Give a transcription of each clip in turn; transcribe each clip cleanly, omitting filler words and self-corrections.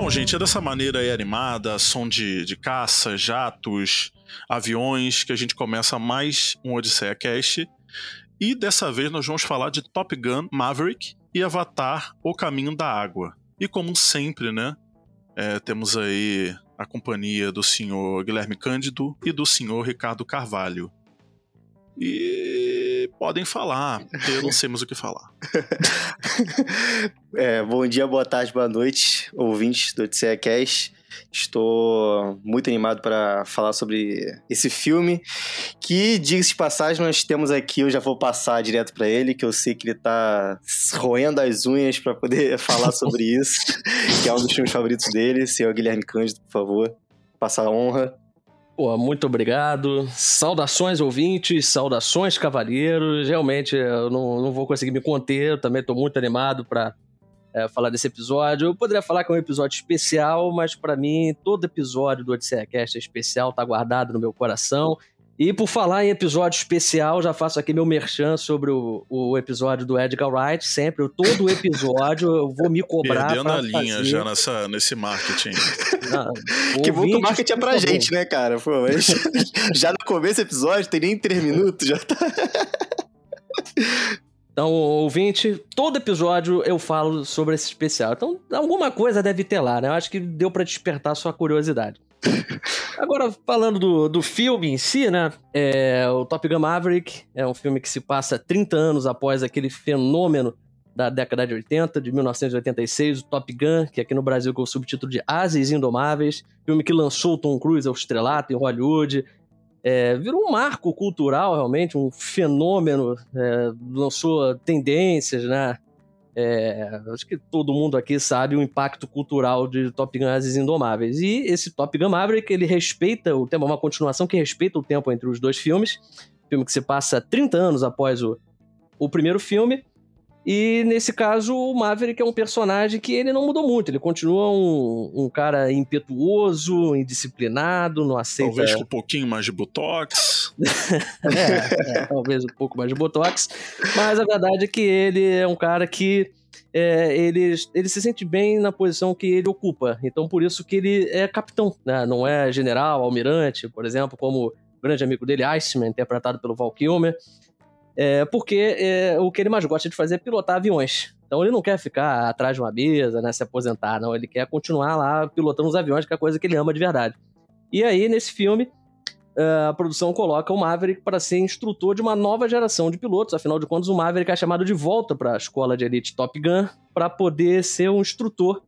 Bom, gente, é dessa maneira aí animada, som de caça, jatos, aviões, que a gente começa mais um Odisseia Cast. E dessa vez nós vamos falar de Top Gun Maverick e Avatar: O Caminho da Água. E como sempre, né, temos aí a companhia do senhor Guilherme Cândido e do senhor Ricardo Carvalho. E podem falar, porque eu não sei mais o que falar. Bom dia, boa tarde, boa noite, ouvintes do Odisseia Cast. Estou muito animado para falar sobre esse filme, que, diga-se de passagem, nós temos aqui, eu já vou passar direto para ele, que eu sei que ele tá roendo as unhas para poder falar sobre isso, que é um dos filmes favoritos dele. Senhor Guilherme Cândido, por favor, passa a honra. Pô, muito obrigado. Saudações, ouvintes, saudações, cavalheiros. Realmente, eu não vou conseguir me conter, eu também estou muito animado para falar desse episódio. Eu poderia falar que é um episódio especial, mas para mim, todo episódio do Odisseia Cast é especial, tá guardado no meu coração. E por falar em episódio especial, já faço aqui meu merchan sobre o episódio do Edgar Wright. Sempre, todo episódio eu vou me cobrar. Perdendo a linha já nesse marketing. Que bom que o marketing é pra gente, né, cara? Pô, mas já no começo do episódio, tem nem 3 minutos, já tá... Então, ouvinte, todo episódio eu falo sobre esse especial. Então, alguma coisa deve ter lá, né? Eu acho que deu pra despertar sua curiosidade. Agora, falando do filme em si, né? O Top Gun Maverick é um filme que se passa 30 anos após aquele fenômeno da década de 80, de 1986, o Top Gun, que aqui no Brasil com o subtítulo de Ases Indomáveis, filme que lançou o Tom Cruise ao estrelato em Hollywood. Virou um marco cultural, realmente, um fenômeno, lançou tendências, né? Acho que todo mundo aqui sabe o impacto cultural de Top Gun Ases Indomáveis. E esse Top Gun Maverick, ele respeita o tempo, é uma continuação que respeita o tempo entre os dois filmes. Filme que se passa 30 anos após o primeiro filme. E, nesse caso, o Maverick é um personagem que ele não mudou muito. Ele continua um cara impetuoso, indisciplinado, não aceita... Talvez com um pouquinho mais de botox. Talvez um pouco mais de botox. Mas a verdade é que ele é um cara que ele se sente bem na posição que ele ocupa. Então, por isso que ele é capitão, né? Não é general, almirante, por exemplo, como o grande amigo dele, Iceman, interpretado pelo Val Kilmer. Porque o que ele mais gosta de fazer é pilotar aviões. Então ele não quer ficar atrás de uma mesa, né, se aposentar, não. Ele quer continuar lá pilotando os aviões, que é a coisa que ele ama de verdade. E aí, nesse filme, a produção coloca o Maverick para ser instrutor de uma nova geração de pilotos. Afinal de contas, o Maverick é chamado de volta para a escola de elite Top Gun para poder ser um instrutor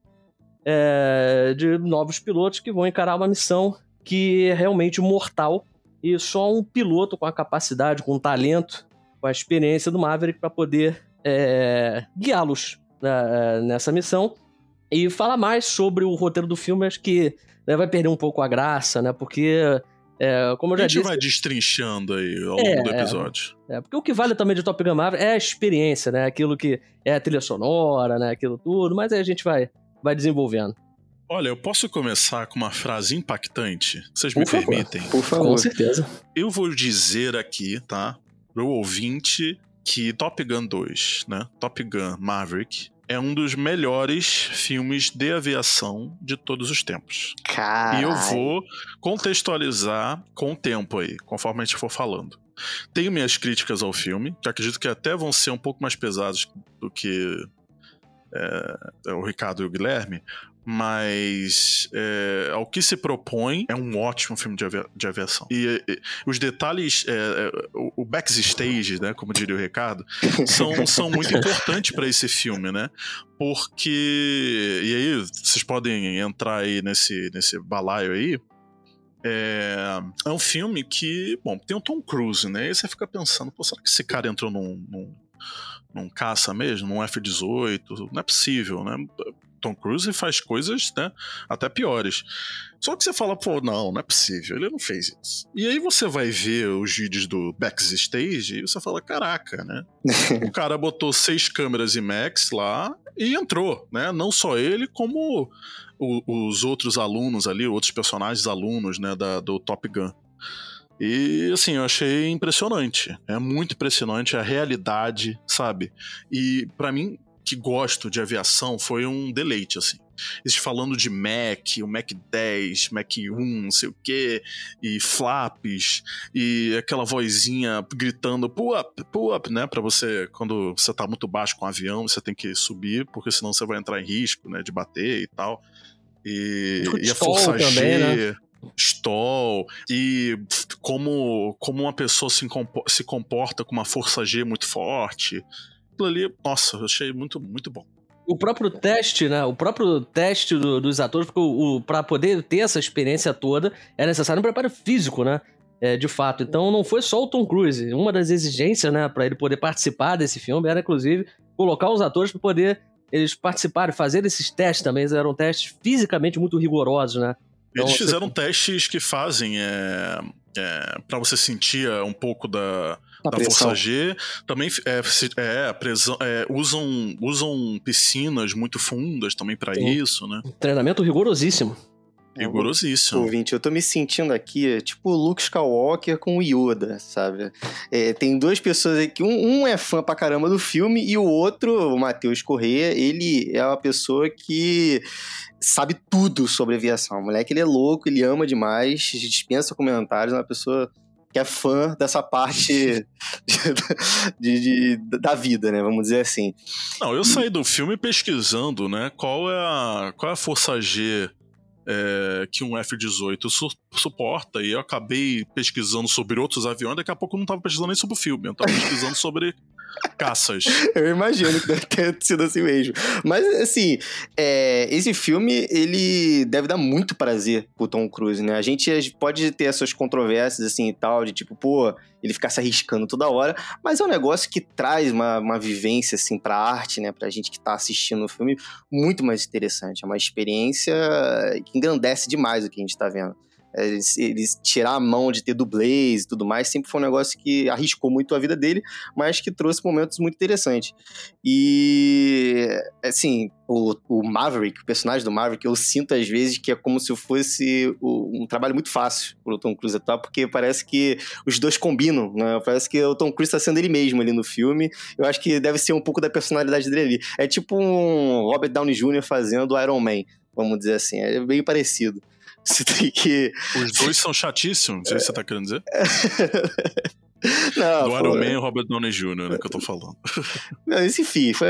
de novos pilotos que vão encarar uma missão que é realmente mortal. E só um piloto com a capacidade, com o talento, com a experiência do Maverick para poder guiá-los nessa missão. E falar mais sobre o roteiro do filme, acho que vai perder um pouco a graça, né? Porque, como eu já disse... A gente vai destrinchando aí ao longo do episódio. Porque o que vale também de Top Gun Maverick é a experiência, né? Aquilo que é a trilha sonora, né? Aquilo tudo, mas aí a gente vai desenvolvendo. Olha, eu posso começar com uma frase impactante? Vocês me permitem? Por favor. Com certeza. Eu vou dizer aqui, tá? Pro ouvinte, que Top Gun 2, né? Top Gun Maverick é um dos melhores filmes de aviação de todos os tempos. Caralho. E eu vou contextualizar com o tempo aí, conforme a gente for falando. Tenho minhas críticas ao filme, que acredito que até vão ser um pouco mais pesadas do que o Ricardo e o Guilherme, mas ao que se propõe, é um ótimo filme de aviação. E os detalhes, o backstage, né, como diria o Ricardo, são muito importantes para esse filme, né? Porque... E aí, vocês podem entrar aí nesse balaio aí. É um filme que, bom, tem o Tom Cruise, né? E você fica pensando, pô, será que esse cara entrou num caça mesmo, num F-18? Não é possível, né? Tom Cruise faz coisas, né, até piores. Só que você fala, pô, não é possível, ele não fez isso. E aí você vai ver os vídeos do backstage e você fala, caraca, né? O cara botou 6 câmeras IMAX lá e entrou, né? Não só ele, como os outros alunos ali, outros personagens alunos, né, do Top Gun. E, assim, eu achei impressionante. É muito impressionante a realidade, sabe? E, pra mim, que gosto de aviação, foi um deleite, assim. eles falando de Mac, o Mac 10, Mac 1, não sei o quê, e flaps, e aquela vozinha gritando pull up, né, pra você, quando você tá muito baixo com o avião, você tem que subir, porque senão você vai entrar em risco, né, de bater e tal. E a força G, também, né? stall, e como uma pessoa se comporta com uma força G muito forte. Aquilo ali, nossa, eu achei muito, muito bom. O próprio teste, né? O próprio teste dos atores, porque pra poder ter essa experiência toda, é necessário um preparo físico, né? De fato. Então não foi só o Tom Cruise. Uma das exigências, né, pra ele poder participar desse filme era, inclusive, colocar os atores pra poder eles participarem, fazer esses testes também. Eles eram testes fisicamente muito rigorosos, né? Então, eles fizeram testes que fazem pra você sentir um pouco da força G. Também usam piscinas muito fundas também pra isso, né? Treinamento rigorosíssimo. Rigorosíssimo. Ouvinte, eu tô me sentindo aqui, tipo o Luke Skywalker com o Yoda, sabe? Tem duas pessoas aqui, um é fã pra caramba do filme e o outro, o Matheus Corrêa, ele é uma pessoa que sabe tudo sobre aviação. O moleque, ele é louco, ele ama demais, dispensa comentários, é uma pessoa que é fã dessa parte da vida, né? Vamos dizer assim. Não, eu saí do filme pesquisando, né? Qual é a força G que um F-18 suporta, e eu acabei pesquisando sobre outros aviões. Daqui a pouco eu não tava pesquisando nem sobre o filme, eu tava pesquisando sobre caças. Eu imagino que deve ter sido assim mesmo. Mas, assim, esse filme, ele deve dar muito prazer pro Tom Cruise, né? A gente pode ter essas controvérsias, assim, e tal, de tipo, pô, ele ficar se arriscando toda hora, mas é um negócio que traz uma vivência, assim, pra arte, né? Pra gente que tá assistindo o filme, muito mais interessante. É uma experiência que engrandece demais o que a gente tá vendo. Eles tirar a mão de ter dublês e tudo mais, sempre foi um negócio que arriscou muito a vida dele, mas que trouxe momentos muito interessantes. E, assim, o Maverick, o personagem do Maverick, eu sinto às vezes que é como se fosse um trabalho muito fácil pro Tom Cruise atuar, porque parece que os dois combinam, né? Parece que o Tom Cruise tá sendo ele mesmo ali no filme. Eu acho que deve ser um pouco da personalidade dele ali. É tipo um Robert Downey Jr. fazendo Iron Man, vamos dizer assim. É bem parecido. Você tem que... Os dois são chatíssimos, não sei se você tá querendo dizer. Não, do Iron Man e Robert Downey Jr., né, que eu tô falando. Não, enfim, foi...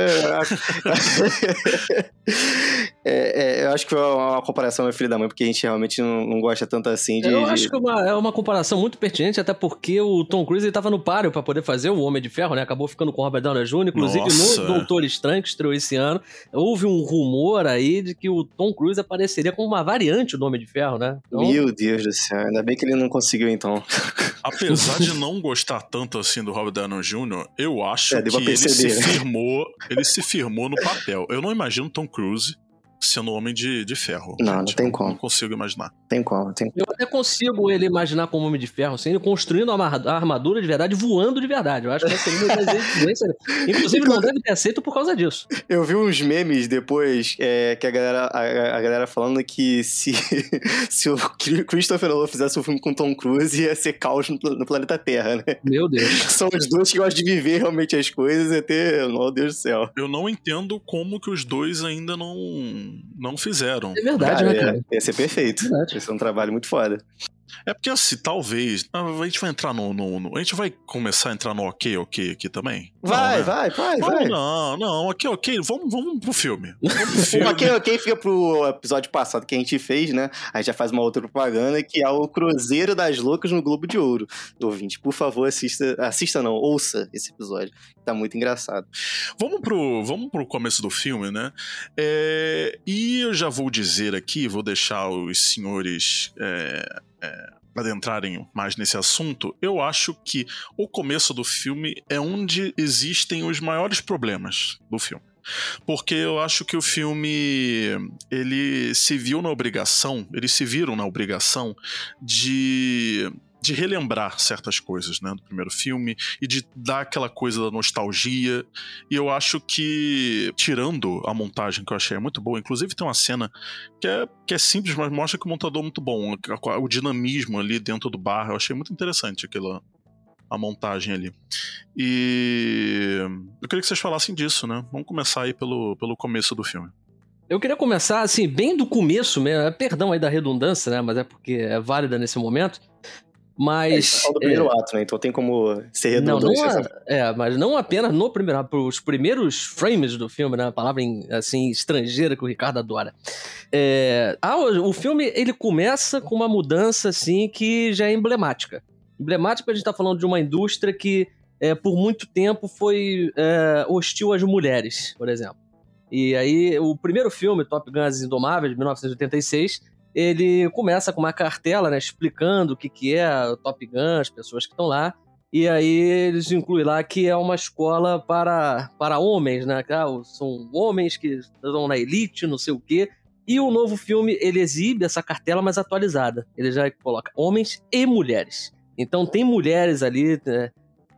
eu acho que foi uma comparação, meu filho da mãe, porque a gente realmente não gosta tanto assim de... Eu acho que é uma comparação muito pertinente, até porque o Tom Cruise ele tava no páreo pra poder fazer o Homem de Ferro, né? Acabou ficando com o Robert Downey Jr., inclusive no Doutor Estranho, que estreou esse ano. Houve um rumor aí de que o Tom Cruise apareceria como uma variante do Homem de Ferro, né? Então... Meu Deus do céu, ainda bem que ele não conseguiu, então. Apesar de não gostar tanto assim do Robert Downey Jr., eu acho que ele se firmou no papel. Eu não imagino Tom Cruise sendo Homem de Ferro. Não tem como. Não consigo imaginar. Tem como. Eu até consigo ele imaginar como Homem de Ferro, assim, ele construindo a armadura de verdade, voando de verdade. Eu acho que vai ser uma das influências. Inclusive, não deve ter aceito por causa disso. Eu vi uns memes depois que a galera falando que se o Christopher Nolan fizesse um filme com Tom Cruise, ia ser caos no planeta Terra, né? Meu Deus. São os dois que gostam de viver realmente as coisas e ter... Meu Deus do céu. Eu não entendo como que os dois ainda não fizeram. É verdade, né, cara? Ia ser perfeito. Ia ser um trabalho muito foda. É porque assim, talvez... A gente vai entrar a gente vai começar a entrar no ok aqui também? Vai. Não, ok. Vamos pro filme. O ok fica pro episódio passado que a gente fez, né? A gente já faz uma outra propaganda, que é o Cruzeiro das Loucas no Globo de Ouro. Ouvinte, por favor, ouça esse episódio. Tá muito engraçado. Vamos pro começo do filme, né? E eu já vou dizer aqui, vou deixar os senhores adentrarem mais nesse assunto. Eu acho que o começo do filme é onde existem os maiores problemas do filme. Porque eu acho que o filme, eles se viram na obrigação de relembrar certas coisas, né, do primeiro filme, e de dar aquela coisa da nostalgia. E eu acho que, tirando a montagem, que eu achei muito boa, inclusive tem uma cena que é simples, mas mostra que o montador é muito bom, o dinamismo ali dentro do bar, eu achei muito interessante a montagem ali. E eu queria que vocês falassem disso, né? Vamos começar aí pelo começo do filme. Eu queria começar, assim, bem do começo mesmo. Perdão aí da redundância, né? Mas é porque é válida nesse momento. Mas... É o do primeiro ato, né? Então tem como ser Não, redundante. mas não apenas no primeiro ato. Os primeiros frames do filme, né? A palavra, assim, estrangeira que o Ricardo adora. O filme, ele começa com uma mudança, assim, que já é emblemática. Emblemática, a gente tá falando de uma indústria que, por muito tempo, foi hostil às mulheres, por exemplo. E aí, o primeiro filme, Top Gun As Indomáveis, de 1986, ele começa com uma cartela, né, explicando o que é o Top Gun, as pessoas que estão lá. E aí eles incluem lá que é uma escola para homens, né? São homens que estão na elite, não sei o quê. E o novo filme, ele exibe essa cartela mais atualizada. Ele já coloca homens e mulheres. Então tem mulheres ali... né,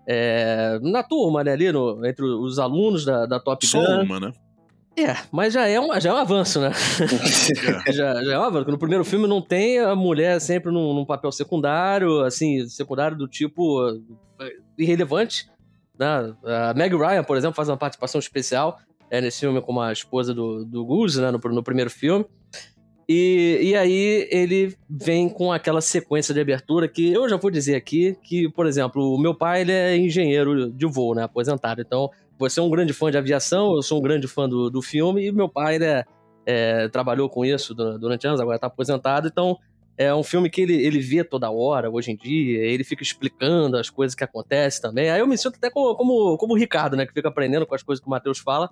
na turma, né, ali entre os alunos da Top Gun. Só uma, né? Mas já é um avanço, né? já é um avanço. Porque no primeiro filme não tem a mulher sempre num papel secundário, assim, secundário do tipo irrelevante, né? A Meg Ryan, por exemplo, faz uma participação especial nesse filme como a esposa do Goose, né? No primeiro filme. E aí ele vem com aquela sequência de abertura que eu já vou dizer aqui que, por exemplo, o meu pai ele é engenheiro de voo, né? Aposentado. Então, você é um grande fã de aviação, eu sou um grande fã do filme, e meu pai trabalhou com isso durante anos, agora está aposentado, então é um filme que ele vê toda hora, hoje em dia, ele fica explicando as coisas que acontecem também. Aí eu me sinto até como o Ricardo, né, que fica aprendendo com as coisas que o Matheus fala.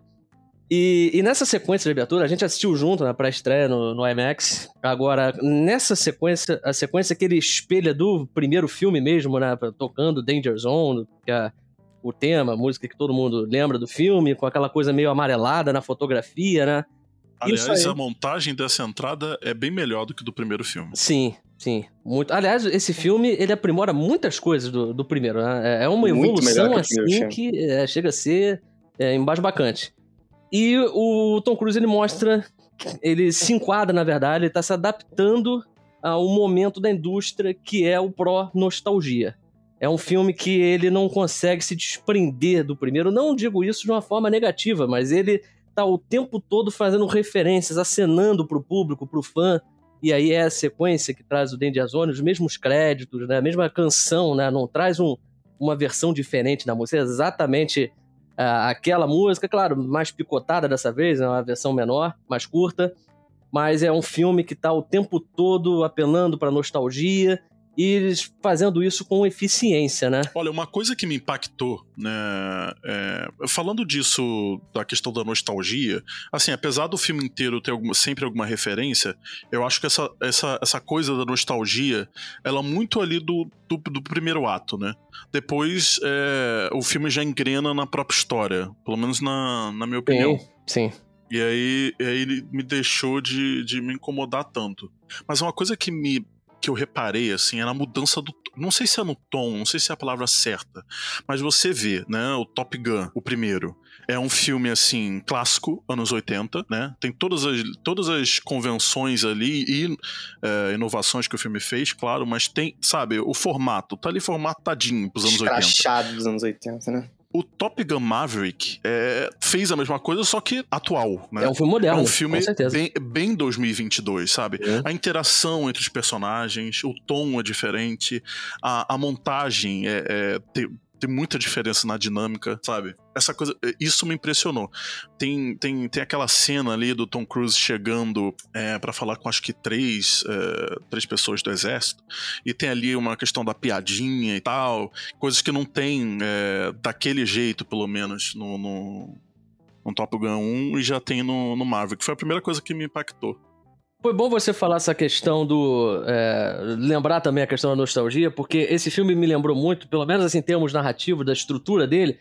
E nessa sequência de abertura, a gente assistiu junto na pré-estreia no IMAX. Agora, nessa sequência, a sequência que ele espelha do primeiro filme mesmo, né, tocando Danger Zone, que é o tema, a música que todo mundo lembra do filme, com aquela coisa meio amarelada na fotografia, né? Aliás, a montagem dessa entrada é bem melhor do que do primeiro filme. Sim. Muito. Aliás, esse filme, ele aprimora muitas coisas do primeiro, né? É uma evolução, assim, que chega a ser embasbacante. E o Tom Cruise, ele mostra, ele se enquadra, na verdade, ele tá se adaptando ao momento da indústria que é o pró-nostalgia. É um filme que ele não consegue se desprender do primeiro. Não digo isso de uma forma negativa, mas ele tá o tempo todo fazendo referências, acenando pro público, pro fã. E aí é a sequência que traz o Danger Zone, os mesmos créditos, né? A mesma canção, né? Não traz uma versão diferente da música. É exatamente aquela música, claro, mais picotada dessa vez, é uma versão menor, mais curta. Mas é um filme que tá o tempo todo apelando pra nostalgia e eles fazendo isso com eficiência, né? Olha, uma coisa que me impactou, né, falando disso, da questão da nostalgia, assim, apesar do filme inteiro ter sempre alguma referência, eu acho que essa coisa da nostalgia, ela é muito ali do primeiro ato, né? Depois, o filme já engrena na própria história, pelo menos na minha opinião. Sim. E aí ele me deixou de me incomodar tanto. Mas uma coisa que eu reparei, assim, é na mudança do... Não sei se é no tom, não sei se é a palavra certa, mas você vê, né, o Top Gun, o primeiro, é um filme, assim, clássico, anos 80, né, tem todas as convenções ali e inovações que o filme fez, claro, mas tem, sabe, o formato, tá ali formatadinho pros anos 80. Escrachado dos anos 80, né? O Top Gun Maverick fez a mesma coisa, só que atual, né? É um filme moderno, é um filme com certeza. bem 2022, sabe? A interação entre os personagens, o tom é diferente, a montagem tem muita diferença na dinâmica, sabe? Essa coisa, isso me impressionou. Tem aquela cena ali do Tom Cruise chegando pra falar com acho que três pessoas do exército, e tem ali uma questão da piadinha e tal, coisas que não tem daquele jeito, pelo menos, no Top Gun 1 e já tem no Maverick. Foi a primeira coisa que me impactou. Foi bom você falar essa questão lembrar também a questão da nostalgia, porque esse filme me lembrou muito, pelo menos assim, em termos narrativos, da estrutura dele,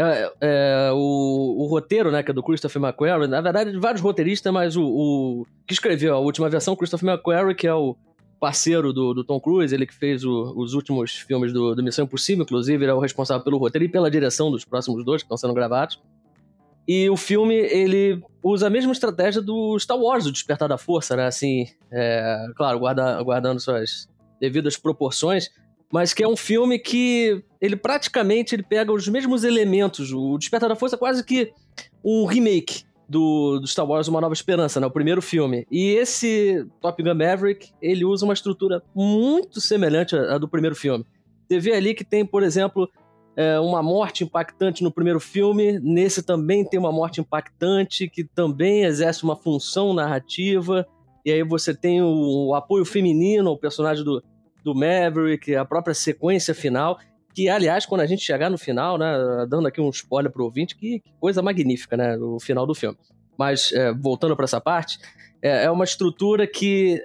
o roteiro, né, que é do Christopher McQuarrie, na verdade, de vários roteiristas, mas o que escreveu a última versão, Christopher McQuarrie, que é o parceiro do Tom Cruise, ele que fez os últimos filmes do Missão Impossível, inclusive, ele é o responsável pelo roteiro e pela direção dos próximos dois que estão sendo gravados. E o filme, ele usa a mesma estratégia do Star Wars, o Despertar da Força, né? Assim, claro, guardando suas devidas proporções, mas que é um filme que ele praticamente pega os mesmos elementos. O Despertar da Força é quase que um remake do Star Wars Uma Nova Esperança, né? O primeiro filme. E esse Top Gun Maverick, ele usa uma estrutura muito semelhante à do primeiro filme. Você vê ali que tem, por exemplo, uma morte impactante no primeiro filme, nesse também tem uma morte impactante, que também exerce uma função narrativa, e aí você tem o apoio feminino ao personagem do Maverick, a própria sequência final, que, aliás, quando a gente chegar no final, né, dando aqui um spoiler pro ouvinte, que coisa magnífica, né, o final do filme. Mas, voltando para essa parte, é uma estrutura que...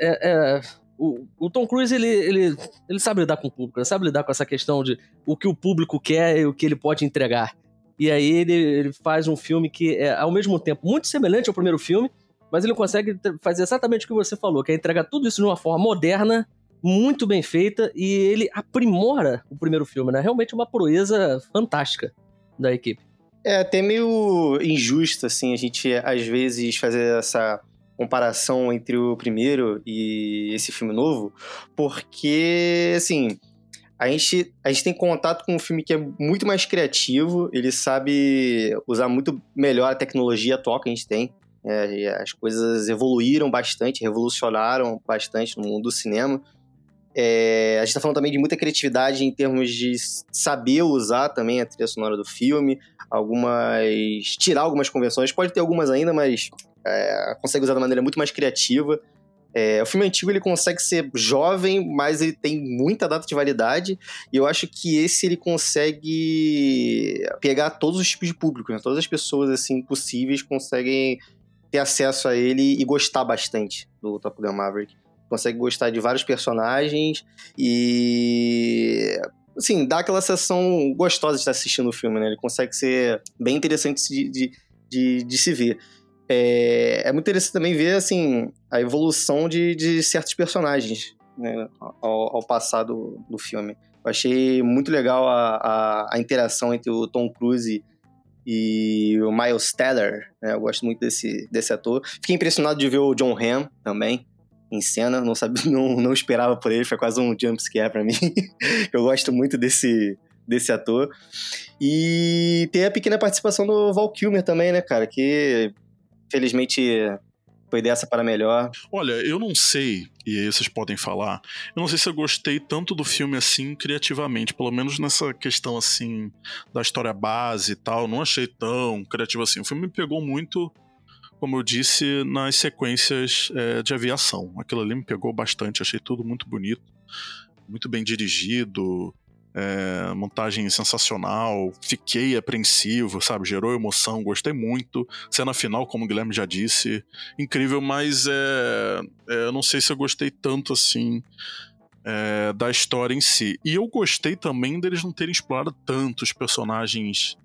O Tom Cruise, ele sabe lidar com o público, ele sabe lidar com essa questão de o que o público quer e o que ele pode entregar. E aí ele faz um filme que é, ao mesmo tempo, muito semelhante ao primeiro filme, mas ele consegue fazer exatamente o que você falou, que é entregar tudo isso de uma forma moderna, muito bem feita, e ele aprimora o primeiro filme, né? Realmente uma proeza fantástica da equipe. É até meio injusto, assim, a gente, às vezes, fazer essa comparação entre o primeiro e esse filme novo, porque, assim, a gente tem contato com um filme que é muito mais criativo, ele sabe usar muito melhor a tecnologia atual que a gente tem, e as coisas evoluíram bastante, revolucionaram bastante no mundo do cinema. A gente tá falando também de muita criatividade em termos de saber usar também a trilha sonora do filme, tirar algumas convenções, pode ter algumas ainda, mas consegue usar de maneira muito mais criativa. O filme antigo ele consegue ser jovem, mas ele tem muita data de validade, e eu acho que esse ele consegue pegar todos os tipos de público, né? Todas as pessoas assim, possíveis conseguem ter acesso a ele e gostar bastante do Top Gun Maverick. Consegue gostar de vários personagens e, assim, dá aquela sensação gostosa de estar assistindo o filme, né? Ele consegue ser bem interessante de se ver. É muito interessante também ver, assim, a evolução de certos personagens, né, ao passar do filme. Eu achei muito legal a interação entre o Tom Cruise e o Miles Teller, né? Eu gosto muito desse ator. Fiquei impressionado de ver o John Hamm também em cena, não esperava por ele, foi quase um jumpscare pra mim. Eu gosto muito desse ator. E tem a pequena participação do Val Kilmer também, né, cara, que felizmente foi dessa para melhor. Olha, eu não sei, e aí vocês podem falar, eu não sei se eu gostei tanto do filme assim criativamente, pelo menos nessa questão assim da história base e tal, não achei tão criativo assim. O filme me pegou muito, como eu disse, nas sequências de aviação. Aquilo ali me pegou bastante, achei tudo muito bonito, muito bem dirigido, montagem sensacional, fiquei apreensivo, sabe, gerou emoção, gostei muito. Cena final, como o Guilherme já disse, incrível, mas eu não sei se eu gostei tanto assim da história em si. E eu gostei também deles não terem explorado tanto os personagens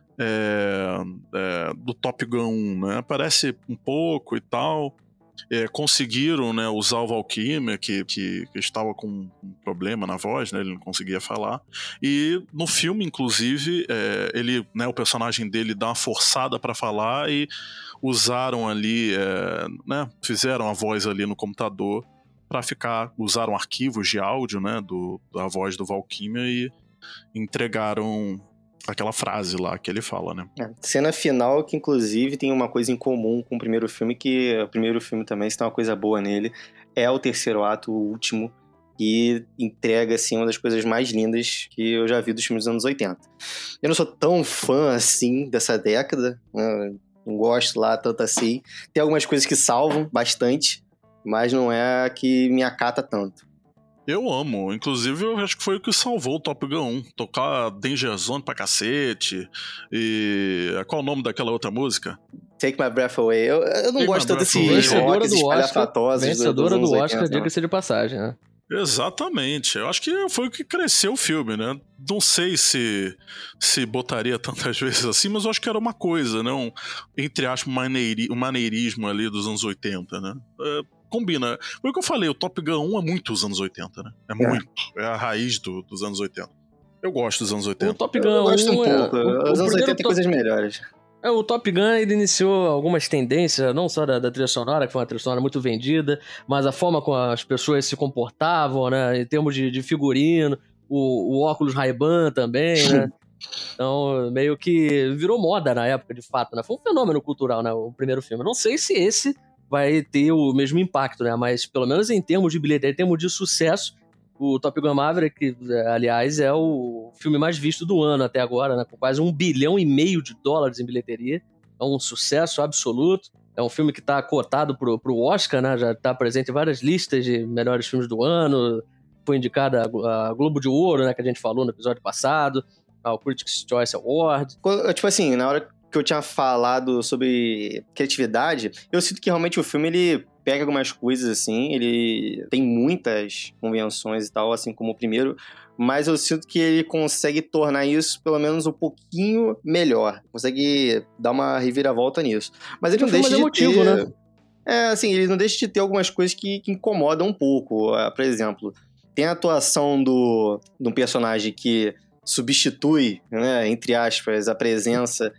do Top Gun 1, né? Aparece um pouco e tal. Conseguiram, né, usar o Val Kilmer, que estava com um problema na voz, né, ele não conseguia falar. E no filme, inclusive, ele, né, o personagem dele dá uma forçada para falar e usaram ali, né, fizeram a voz ali no computador para usaram arquivos de áudio, né, da voz do Val Kilmer e entregaram aquela frase lá que ele fala, né? Cena final que, inclusive, tem uma coisa em comum com o primeiro filme, que o primeiro filme também, se tem uma coisa boa nele, é o terceiro ato, o último, que entrega, assim, uma das coisas mais lindas que eu já vi dos filmes dos anos 80. Eu não sou tão fã, assim, dessa década, né? Não gosto lá tanto assim. Tem algumas coisas que salvam bastante, mas não é a que me acata tanto. Eu amo, inclusive eu acho que foi o que salvou o Top Gun 1, tocar Danger Zone pra cacete, e qual é o nome daquela outra música? Take My Breath Away, eu não gosto tanto desses rocks espalhafatosos. Vencedora do Oscar, diga-se de passagem, né? Exatamente, eu acho que foi o que cresceu o filme, né? Não sei se botaria tantas vezes assim, mas eu acho que era uma coisa, né? Entre aspas, um maneirismo ali dos anos 80, né? Combina. Foi o que eu falei, o Top Gun 1 é muito dos anos 80, né? É muito. É a raiz dos anos 80. Eu gosto dos anos 80. O Top Gun 1 eu gosto um pouco. Os anos 80 tem coisas melhores. O Top Gun, ele iniciou algumas tendências, não só da trilha sonora, que foi uma trilha sonora muito vendida, mas a forma como as pessoas se comportavam, né? Em termos de figurino, o óculos Ray-Ban também, né? Então, meio que virou moda na época, de fato, né? Foi um fenômeno cultural, né? O primeiro filme. Não sei se esse vai ter o mesmo impacto, né? Mas, pelo menos em termos de bilheteria, em termos de sucesso, o Top Gun Maverick, aliás, é o filme mais visto do ano até agora, né? Com quase $1,5 bilhão em bilheteria. É um sucesso absoluto. É um filme que está cotado pro Oscar, né? Já está presente em várias listas de melhores filmes do ano. Foi indicada a Globo de Ouro, né? Que a gente falou no episódio passado. Ao Critics' Choice Award. Tipo assim, na hora que eu tinha falado sobre criatividade, eu sinto que realmente o filme, ele pega algumas coisas, assim, ele tem muitas convenções e tal, assim como o primeiro, mas eu sinto que ele consegue tornar isso, pelo menos, um pouquinho melhor. Consegue dar uma reviravolta nisso. Mas ele não deixa de emotivo, ter... né? Assim, ele não deixa de ter algumas coisas que incomodam um pouco. Por exemplo, tem a atuação de um personagem que substitui, né, entre aspas, a presença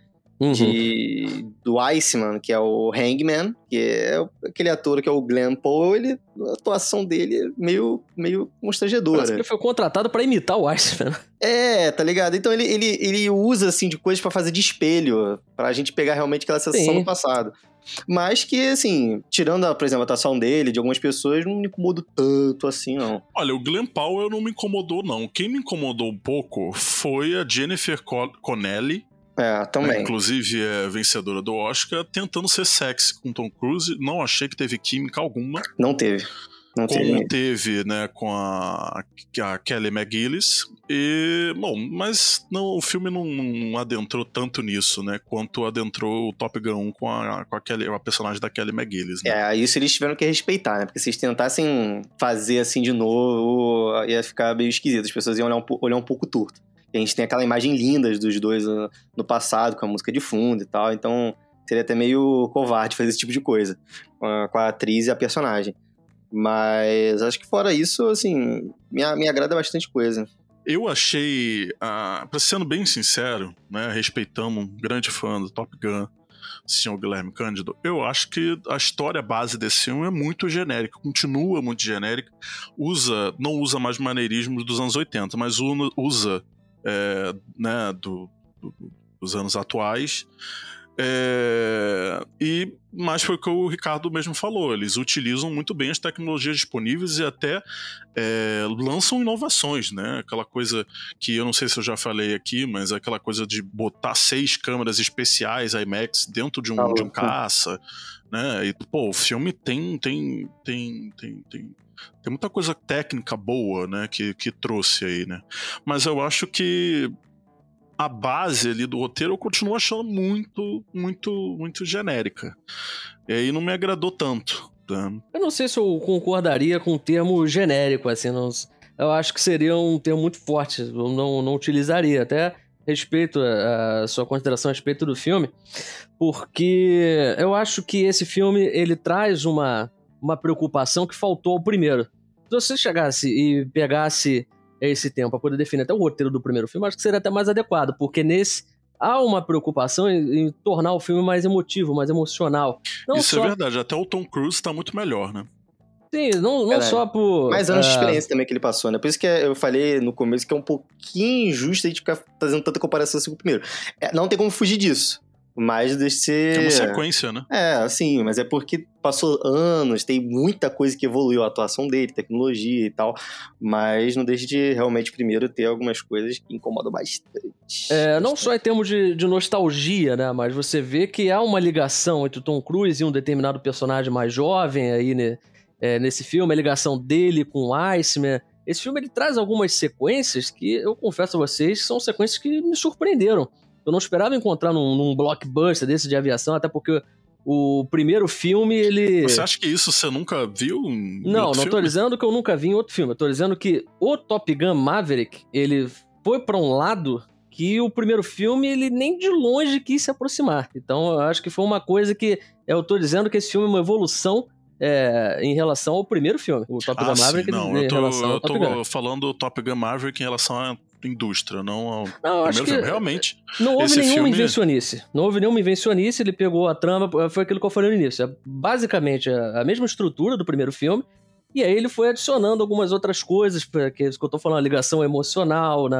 do Iceman, que é o Hangman, que é aquele ator que é o Glenn Powell. A atuação dele é meio constrangedora. Parece que ele foi contratado pra imitar o Iceman. Tá ligado? Então ele usa, assim, de coisas pra fazer de espelho, pra gente pegar realmente aquela sensação do passado. Mas que, assim, tirando, por exemplo, a atuação dele, de algumas pessoas, não me incomodo tanto assim, não. Olha, o Glenn Powell não me incomodou, não. Quem me incomodou um pouco foi a Jennifer Connelly. Também. Inclusive é vencedora do Oscar, tentando ser sexy com Tom Cruise. Não achei que teve química alguma. Não teve. Como teve, né, com a Kelly McGillis. Mas o filme não adentrou tanto nisso, né, quanto adentrou o Top Gun 1 com a personagem da Kelly McGillis, né? Isso eles tiveram que respeitar, né, porque se eles tentassem fazer assim de novo, ia ficar meio esquisito, as pessoas iam olhar um pouco torto. E a gente tem aquela imagem linda dos dois no passado, com a música de fundo e tal, então seria até meio covarde fazer esse tipo de coisa com a atriz e a personagem. Mas acho que fora isso, assim, me agrada bastante coisa. Eu achei, pra sendo bem sincero, né, respeitando um grande fã do Top Gun, senhor Guilherme Cândido, eu acho que a história base desse filme é muito genérica, continua muito genérica, não usa mais maneirismos dos anos 80, mas usa né, dos anos atuais. Mas foi o que o Ricardo mesmo falou, eles utilizam muito bem as tecnologias disponíveis e até lançam inovações, né? Aquela coisa que eu não sei se eu já falei aqui, mas aquela coisa de botar 6 câmeras especiais IMAX dentro de um caça, né? E, o filme tem muita coisa técnica boa, né, que trouxe aí, né? Mas eu acho que a base ali do roteiro eu continuo achando muito, muito, muito genérica. E aí não me agradou tanto. Tá? Eu não sei se eu concordaria com o termo genérico, assim, eu acho que seria um termo muito forte, eu não utilizaria, até respeito a sua consideração a respeito do filme, porque eu acho que esse filme, ele traz uma preocupação que faltou ao primeiro. Se você chegasse e pegasse esse tempo para poder definir até o roteiro do primeiro filme, acho que seria até mais adequado, porque nesse há uma preocupação em tornar o filme mais emotivo, mais emocional. Isso é verdade, até o Tom Cruise tá muito melhor, né? Sim, não só por... Mais anos de experiência também que ele passou, né? Por isso que eu falei no começo que é um pouquinho injusto a gente ficar fazendo tanta comparação assim com o primeiro. Não tem como fugir disso. Mas deixa de ser... É uma sequência, né? Sim, mas é porque passou anos, tem muita coisa que evoluiu, a atuação dele, tecnologia e tal, mas não deixa de realmente primeiro ter algumas coisas que incomodam bastante. Não só em termos de nostalgia, né, mas você vê que há uma ligação entre o Tom Cruise e um determinado personagem mais jovem aí, né, nesse filme, a ligação dele com o Iceman. Esse filme ele traz algumas sequências que, eu confesso a vocês, são sequências que me surpreenderam. Eu não esperava encontrar num blockbuster desse de aviação, até porque o primeiro filme, ele... Você acha que isso você nunca viu Não tô dizendo que eu nunca vi em outro filme. Eu tô dizendo que o Top Gun Maverick, ele foi pra um lado que o primeiro filme, ele nem de longe quis se aproximar. Então, eu acho que foi uma coisa que... Eu tô dizendo que esse filme é uma evolução em relação ao primeiro filme. O Top Gun Maverick, eu tô falando do Top Gun Maverick em relação à indústria, não ao primeiro filme. Realmente. Não houve nenhuma invencionice. Não houve nenhuma invencionice, ele pegou a trama, foi aquilo que eu falei no início. É basicamente a mesma estrutura do primeiro filme, e aí ele foi adicionando algumas outras coisas, que é isso que eu tô falando, a ligação emocional, né?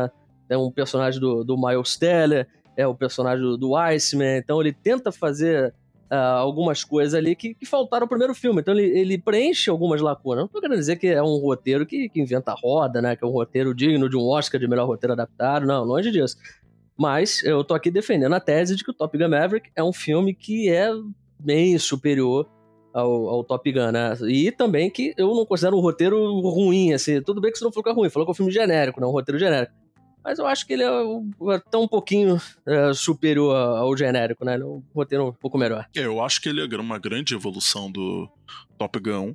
é um personagem do Miles Teller, é o personagem do Iceman, então ele tenta fazer algumas coisas ali que faltaram no primeiro filme, então ele preenche algumas lacunas. Não tô querendo dizer que é um roteiro que inventa roda, né, que é um roteiro digno de um Oscar de melhor roteiro adaptado, não, longe disso. Mas eu tô aqui defendendo a tese de que o Top Gun Maverick é um filme que é bem superior ao Top Gun, né? E também que eu não considero um roteiro ruim, assim. Tudo bem que você não falou que é ruim, falou que é um filme genérico, não um roteiro genérico. Mas eu acho que ele é tão um pouquinho superior ao genérico, né? Um roteiro um pouco melhor. Eu acho que ele é uma grande evolução do Top Gun.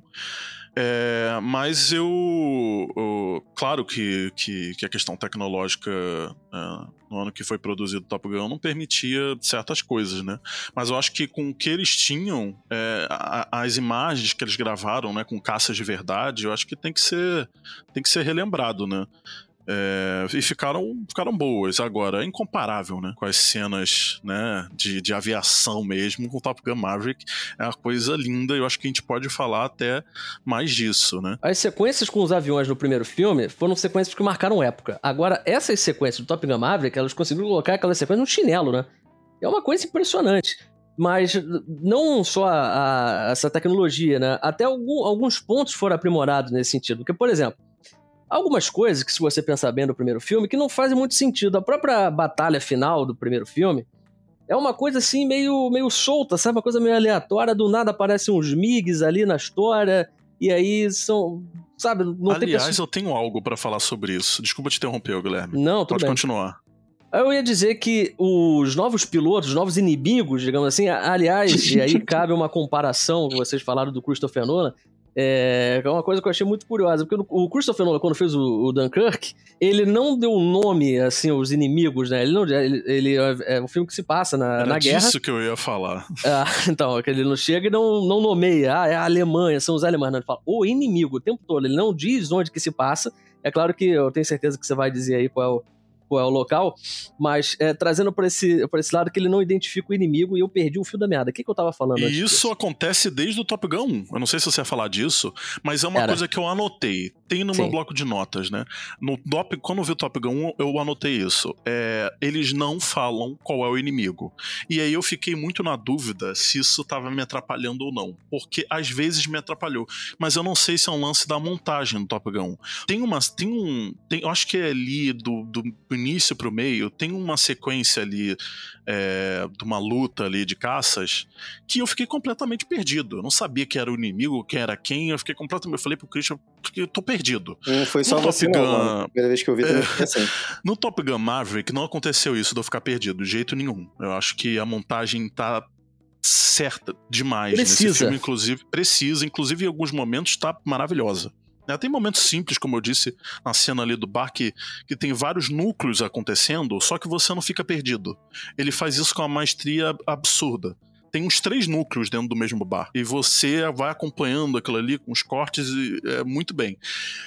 Mas claro que a questão tecnológica no ano que foi produzido o Top Gun não permitia certas coisas, né? Mas eu acho que com o que eles tinham, as imagens que eles gravaram, né, com caças de verdade, eu acho que tem que ser relembrado, né? E ficaram boas. Agora, é incomparável, né, com as cenas, né, de aviação mesmo, com o Top Gun Maverick. É uma coisa linda, eu acho que a gente pode falar até mais disso, né. As sequências com os aviões no primeiro filme foram sequências que marcaram época. Agora, essas sequências do Top Gun Maverick, elas conseguiram colocar aquelas sequências no chinelo, né. É uma coisa impressionante. Mas não só essa tecnologia, né, até alguns pontos foram aprimorados nesse sentido. Porque, por exemplo, algumas coisas que, se você pensar bem no primeiro filme, que não fazem muito sentido. A própria batalha final do primeiro filme é uma coisa assim meio solta, sabe? Uma coisa meio aleatória. Do nada aparecem uns MiGs ali na história e aí são... Sabe? Não Aliás, eu tenho algo pra falar sobre isso. Desculpa te interromper, Guilherme. Não, tudo Pode bem. continuar. Eu ia dizer que os novos pilotos, os novos inimigos, digamos assim, aliás, e aí cabe uma comparação que vocês falaram do Christopher Nolan, é uma coisa que eu achei muito curiosa, porque o Christopher Nolan, quando fez o Dunkirk, ele não deu nome, assim, aos inimigos, né? Ele é um filme que se passa na guerra. Era disso que eu ia falar. Então, ele não chega e não nomeia, é a Alemanha, são os alemães, não. Ele fala, o inimigo, o tempo todo, ele não diz onde que se passa. É claro que eu tenho certeza que você vai dizer aí qual é o local, mas trazendo por esse lado que ele não identifica o inimigo e eu perdi o fio da meada. O que eu tava falando antes E isso disso? acontece desde o Top Gun 1. Eu não sei se você ia falar disso, mas é uma coisa que eu anotei. Tem no meu bloco de notas, né? Quando eu vi o Top Gun 1, eu anotei isso. Eles não falam qual é o inimigo. E aí eu fiquei muito na dúvida se isso tava me atrapalhando ou não. Porque às vezes me atrapalhou. Mas eu não sei se é um lance da montagem no Top Gun 1. Eu acho que é ali do início pro meio, tem uma sequência ali de uma luta ali de caças que eu fiquei completamente perdido. Eu não sabia que era o inimigo, quem era quem. Eu fiquei completamente... Eu falei pro Christian que eu tô perdido. Não foi só você não, mano. Primeira vez que eu vi também foi assim. No Top Gun Maverick não aconteceu isso de eu ficar perdido, de jeito nenhum. Eu acho que a montagem tá certa demais nesse filme, inclusive em alguns momentos tá maravilhosa. Tem momentos simples, como eu disse, na cena ali do bar, que tem vários núcleos acontecendo, só que você não fica perdido. Ele faz isso com uma maestria absurda. Tem uns 3 núcleos dentro do mesmo bar. E você vai acompanhando aquilo ali com os cortes muito bem.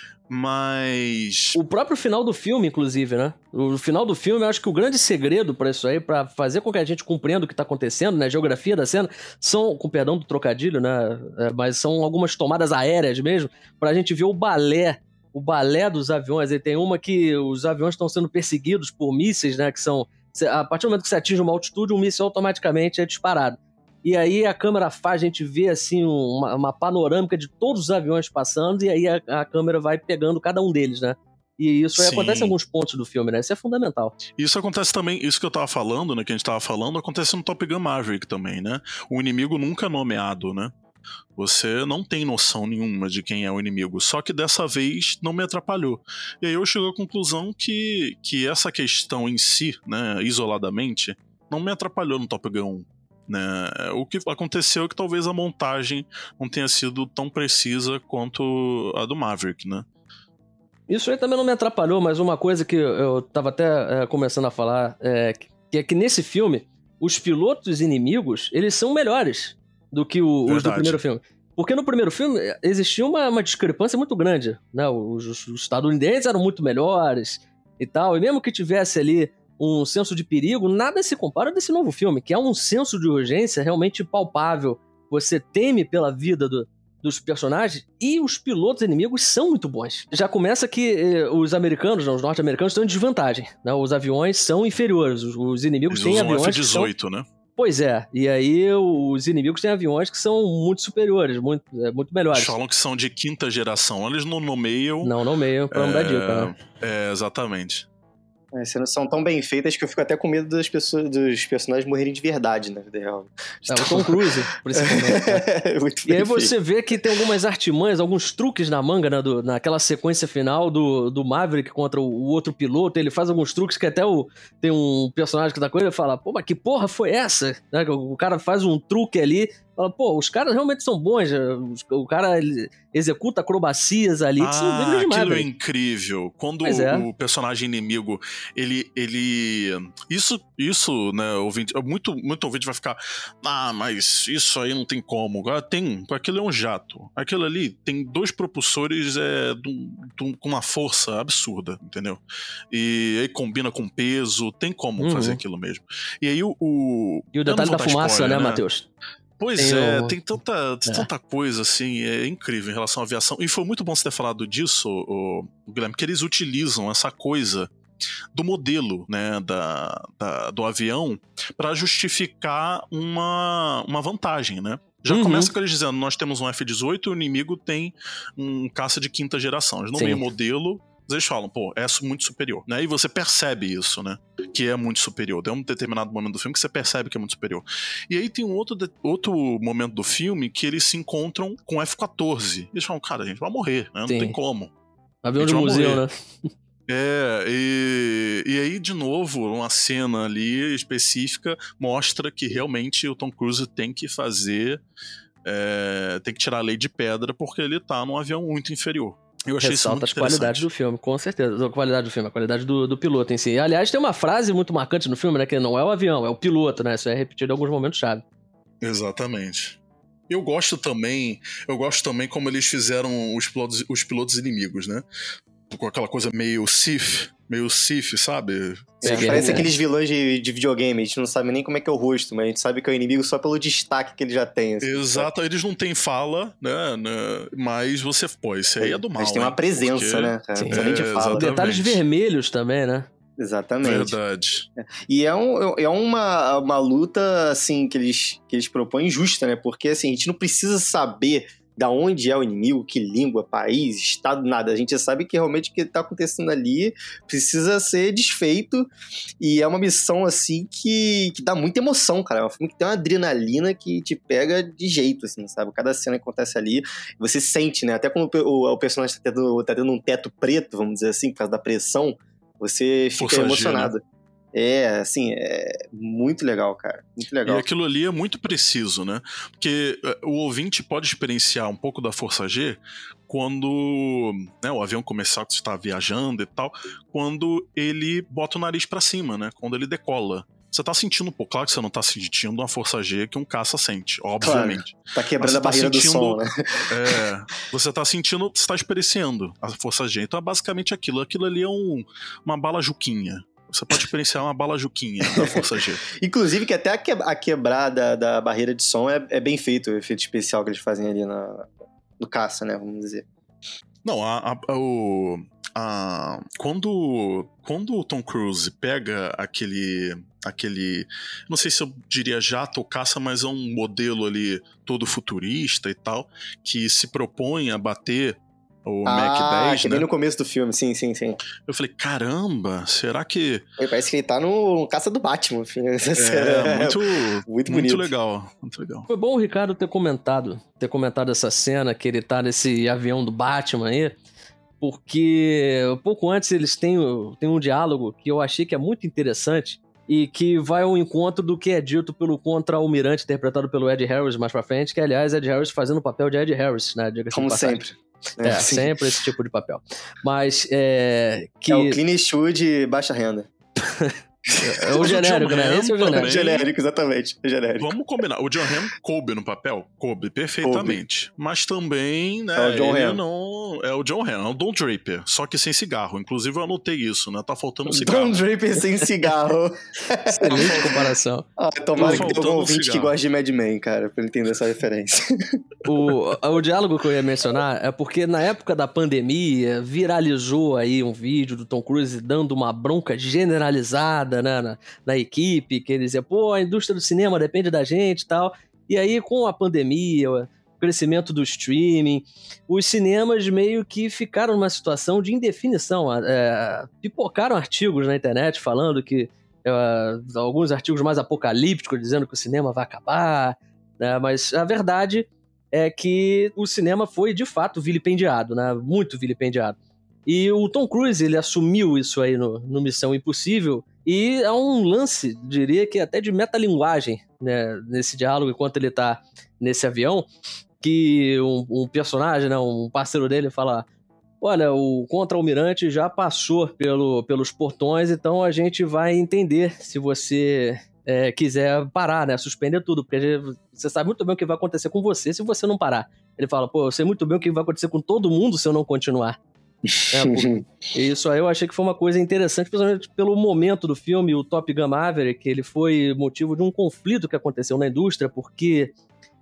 Mas... O próprio final do filme, inclusive, né? O final do filme, eu acho que o grande segredo pra isso aí, pra fazer com que a gente compreenda o que tá acontecendo, né? A geografia da cena, são, com perdão do trocadilho, né? Mas são algumas tomadas aéreas mesmo, pra gente ver o balé dos aviões. E tem uma que os aviões estão sendo perseguidos por mísseis, né? Que são... A partir do momento que você atinge uma altitude, um míssil automaticamente é disparado. E aí a câmera faz a gente ver assim uma panorâmica de todos os aviões passando, e aí a câmera vai pegando cada um deles, né? E isso aí acontece em alguns pontos do filme, né? Isso é fundamental. Isso acontece também, isso que eu tava falando, né? Que a gente tava falando, acontece no Top Gun Maverick também, né? O inimigo nunca é nomeado, né? Você não tem noção nenhuma de quem é o inimigo. Só que dessa vez não me atrapalhou. E aí eu chego à conclusão que essa questão em si, né? Isoladamente, não me atrapalhou no Top Gun 1. Né? O que aconteceu é que talvez a montagem não tenha sido tão precisa quanto a do Maverick, né? Isso aí também não me atrapalhou, mas uma coisa que eu tava até começando a falar que é que nesse filme, os pilotos inimigos, eles são melhores do que os do primeiro filme. Porque no primeiro filme existia uma discrepância muito grande, né? Os estadunidenses eram muito melhores e tal, e mesmo que tivesse ali um senso de perigo, nada se compara desse novo filme, que é um senso de urgência realmente palpável. Você teme pela vida dos personagens, e os pilotos inimigos são muito bons. Já começa que os americanos, os norte-americanos, estão em desvantagem, né? Os aviões são inferiores, os inimigos têm aviões F-18, que são... né? Pois é, e aí os inimigos têm aviões que são muito superiores, muito melhores. Eles falam que são de quinta geração, eles não nomeiam... Não nomeiam, pra não dar dica, né? Exatamente. Cenas são tão bem feitas que eu fico até com medo dos personagens morrerem de verdade na vida real. O Tom Cruise, principalmente. Né? Muito e aí bem você feito. vê que tem algumas artimanhas, alguns truques na manga, né, naquela sequência final do Maverick contra o outro piloto. Ele faz alguns truques que até tem um personagem que tá com ele e fala, pô, mas que porra foi essa? Né? O cara faz um truque ali, fala, pô, os caras realmente são bons, o cara ele executa acrobacias ali que são dignos de aquilo Maverick. É incrível. Quando o personagem inimigo, ele isso, né, ouvinte, muito ouvinte vai ficar, mas isso aí não tem como. Tem, aquilo é um jato. Aquilo ali tem 2 propulsores com uma força absurda, entendeu? E aí combina com peso, tem como fazer aquilo mesmo. E aí E o detalhe da fumaça, spoiler, né, Matheus? Pois tem tanta coisa, assim, é incrível em relação à aviação. E foi muito bom você ter falado disso, Guilherme, que eles utilizam essa coisa do modelo, né, do avião para justificar uma vantagem, né? Já começa com eles dizendo, nós temos um F-18 e o inimigo tem um caça de quinta geração. Eles não veem o modelo, eles falam, pô, é muito superior, né? E você percebe isso, né? Que é muito superior. Tem um determinado momento do filme que você percebe que é muito superior. E aí tem um outro momento do filme que eles se encontram com o F-14. Eles falam, cara, a gente vai morrer, né? Não tem como. Avião de museu, né? E aí, de novo, uma cena ali específica mostra que realmente o Tom Cruise tem que fazer... tem que tirar a lei de pedra porque ele tá num avião muito inferior. Eu achei isso muito as qualidades do filme, com certeza. A qualidade do filme, a qualidade do piloto em si. Aliás, tem uma frase muito marcante no filme, né? Que não é o avião, é o piloto, né? Isso é repetido em alguns momentos-chave. Exatamente. Eu gosto também como eles fizeram os pilotos inimigos, né? Com aquela coisa meio Sith, sabe? Parece aqueles vilões de videogame, a gente não sabe nem como é que é o rosto, mas a gente sabe que é o inimigo só pelo destaque que ele já tem. Assim, exato, sabe? Eles não têm fala, né? Mas você, pô, esse aí é do mal. Eles têm uma presença, né, cara? Não nem te fala. Detalhes vermelhos também, né? Exatamente. Verdade. E é uma luta, assim, que eles propõem justa, né? Porque, assim, a gente não precisa saber da onde é o inimigo, que língua, país, estado, nada. A gente já sabe que realmente o que tá acontecendo ali precisa ser desfeito, e é uma missão, assim, que dá muita emoção, cara. É um filme que tem uma adrenalina que te pega de jeito, assim, sabe? Cada cena que acontece ali, você sente, né? Até quando o personagem tá tendo um teto preto, vamos dizer assim, por causa da pressão, você fica emocionado. Né? Assim, é muito legal, cara. Muito legal. E aquilo ali é muito preciso, né? Porque o ouvinte pode experienciar um pouco da Força G quando, né, o avião começar a estar viajando e tal, quando ele bota o nariz pra cima, né? Quando ele decola. Você tá sentindo, pô, claro que você não tá sentindo uma Força G que um caça sente, obviamente. Claro, tá quebrando a barreira do som, né? Você tá sentindo, você tá experienciando a Força G. Então é basicamente aquilo. Aquilo ali é uma bala juquinha. Você pode experienciar uma bala juquinha da Força G. Inclusive que até a quebrada da barreira de som é bem feito, o efeito especial que eles fazem ali no caça, né, vamos dizer. Não, quando o Tom Cruise pega aquele, não sei se eu diria jato ou caça, mas é um modelo ali todo futurista e tal, que se propõe a bater o Mac 10, que né? bem no começo do filme, sim. Eu falei, caramba, será que... Parece que ele tá no caça do Batman, enfim. Muito bonito. Muito legal. Foi bom o Ricardo ter comentado essa cena, que ele tá nesse avião do Batman aí, porque pouco antes eles têm um diálogo que eu achei que é muito interessante e que vai ao encontro do que é dito pelo contra-almirante interpretado pelo Ed Harris mais pra frente, que aliás Ed Harris fazendo o papel de Ed Harris, né? Como sempre. Sempre esse tipo de papel. Mas que... É o Clint Eastwood baixa renda. É o genérico, né? Esse é o genérico. Também, genérico, exatamente. Genérico. Vamos combinar. O John Hamm coube no papel? Coube perfeitamente. Mas também, né? É o John ele Hamm. não. É o John Hamm, é o Don Draper. Só que sem cigarro. Inclusive, eu anotei isso, né? Tá faltando um cigarro. Don Draper sem cigarro. Excelente comparação. Tomara Tá que tenha faltando algum um ouvinte que cigarro. goste de Mad Men, cara, pra ele entender essa referência. O diálogo que eu ia mencionar é porque na época da pandemia viralizou aí um vídeo do Tom Cruise dando uma bronca generalizada, né, na equipe, que ele dizia, pô, a indústria do cinema depende da gente e tal. E aí, com a pandemia, o crescimento do streaming, os cinemas meio que ficaram numa situação de indefinição. Pipocaram artigos na internet falando que alguns artigos mais apocalípticos dizendo que o cinema vai acabar, né, mas a verdade é que o cinema foi, de fato, vilipendiado, né? Muito vilipendiado. E o Tom Cruise, ele assumiu isso aí no Missão Impossível, e é um lance, diria que até de metalinguagem, né? Nesse diálogo, enquanto ele tá nesse avião, que um personagem, né? Um parceiro dele fala, olha, o contra-almirante já passou pelos portões, então a gente vai entender se você quiser parar, né? Suspender tudo, porque você sabe muito bem o que vai acontecer com você se você não parar. Ele fala, pô, eu sei muito bem o que vai acontecer com todo mundo se eu não continuar. Isso aí eu achei que foi uma coisa interessante, principalmente pelo momento do filme. O Top Gun Maverick, ele foi motivo de um conflito que aconteceu na indústria, porque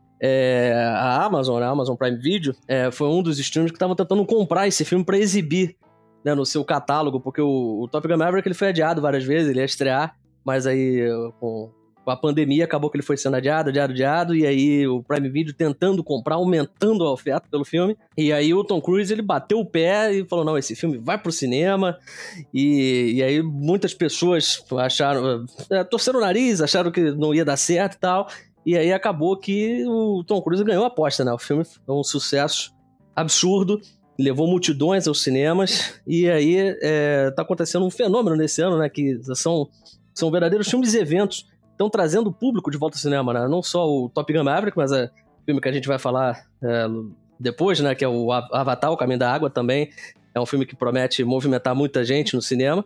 a Amazon Prime Video, foi um dos streamers que estavam tentando comprar esse filme para exibir, né, no seu catálogo, porque o Top Gun Maverick ele foi adiado várias vezes, ele ia estrear, mas aí com a pandemia acabou que ele foi sendo adiado, e aí o Prime Video tentando comprar, aumentando a oferta pelo filme, e aí o Tom Cruise ele bateu o pé e falou, não, esse filme vai pro cinema, e aí muitas pessoas acharam, torceram o nariz, acharam que não ia dar certo e tal, e aí acabou que o Tom Cruise ganhou a aposta, né? O filme foi um sucesso absurdo, levou multidões aos cinemas, e aí tá acontecendo um fenômeno nesse ano, né? Que são verdadeiros filmes e eventos, estão trazendo o público de volta ao cinema, né? Não só o Top Gun Maverick, mas o filme que a gente vai falar depois, né? Que é o Avatar, O Caminho da Água também. É um filme que promete movimentar muita gente no cinema.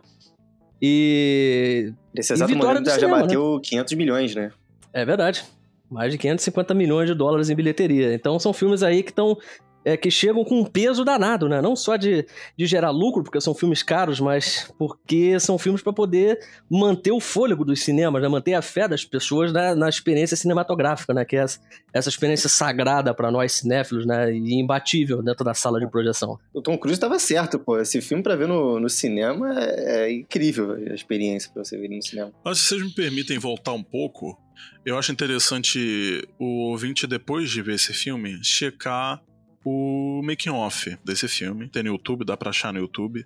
Nesse exato momento já bateu, né? 500 milhões, né? É verdade. Mais de 550 milhões de dólares em bilheteria. Então são filmes aí que estão... que chegam com um peso danado, né? Não só de gerar lucro, porque são filmes caros, mas porque são filmes para poder manter o fôlego dos cinemas, né? Manter a fé das pessoas na experiência cinematográfica, né? Que é essa experiência sagrada para nós cinéfilos, né? E imbatível dentro da sala de projeção. O Tom Cruise estava certo, pô. Esse filme para ver no cinema é incrível a experiência para você ver no cinema. Mas se vocês me permitem voltar um pouco, eu acho interessante o ouvinte, depois de ver esse filme, checar o making off desse filme. Tem no YouTube, dá pra achar no YouTube.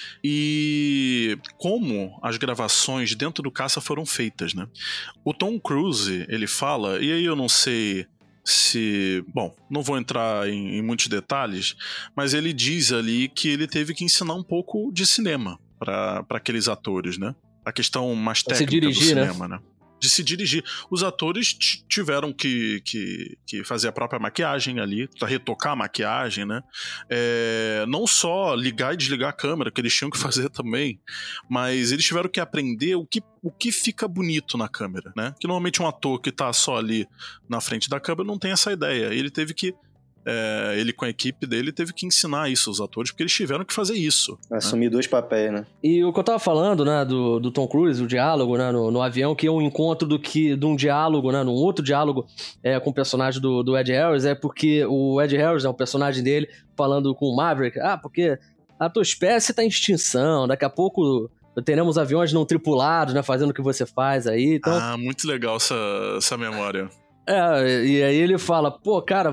E como as gravações dentro do caça foram feitas, né? O Tom Cruise, ele fala, e aí eu não sei se... Bom, não vou entrar em muitos detalhes, mas ele diz ali que ele teve que ensinar um pouco de cinema para aqueles atores, né? A questão mais técnica do cinema, né? De se dirigir. Os atores tiveram que fazer a própria maquiagem ali, retocar a maquiagem, né? Não só ligar e desligar a câmera, que eles tinham que fazer também, mas eles tiveram que aprender o que fica bonito na câmera, né? Que normalmente um ator que tá só ali na frente da câmera não tem essa ideia. Ele teve que ele com a equipe dele teve que ensinar isso aos atores, porque eles tiveram que fazer isso. Assumir, né? 2 papéis, né? E o que eu tava falando, né, do Tom Cruise, o diálogo, né, no avião, que é um encontro de um diálogo, né, num outro diálogo com o personagem do Ed Harris, porque o Ed Harris é o personagem dele falando com o Maverick, porque a tua espécie tá em extinção, daqui a pouco teremos aviões não tripulados, né, fazendo o que você faz aí. Então... muito legal essa memória. E aí ele fala, pô, cara,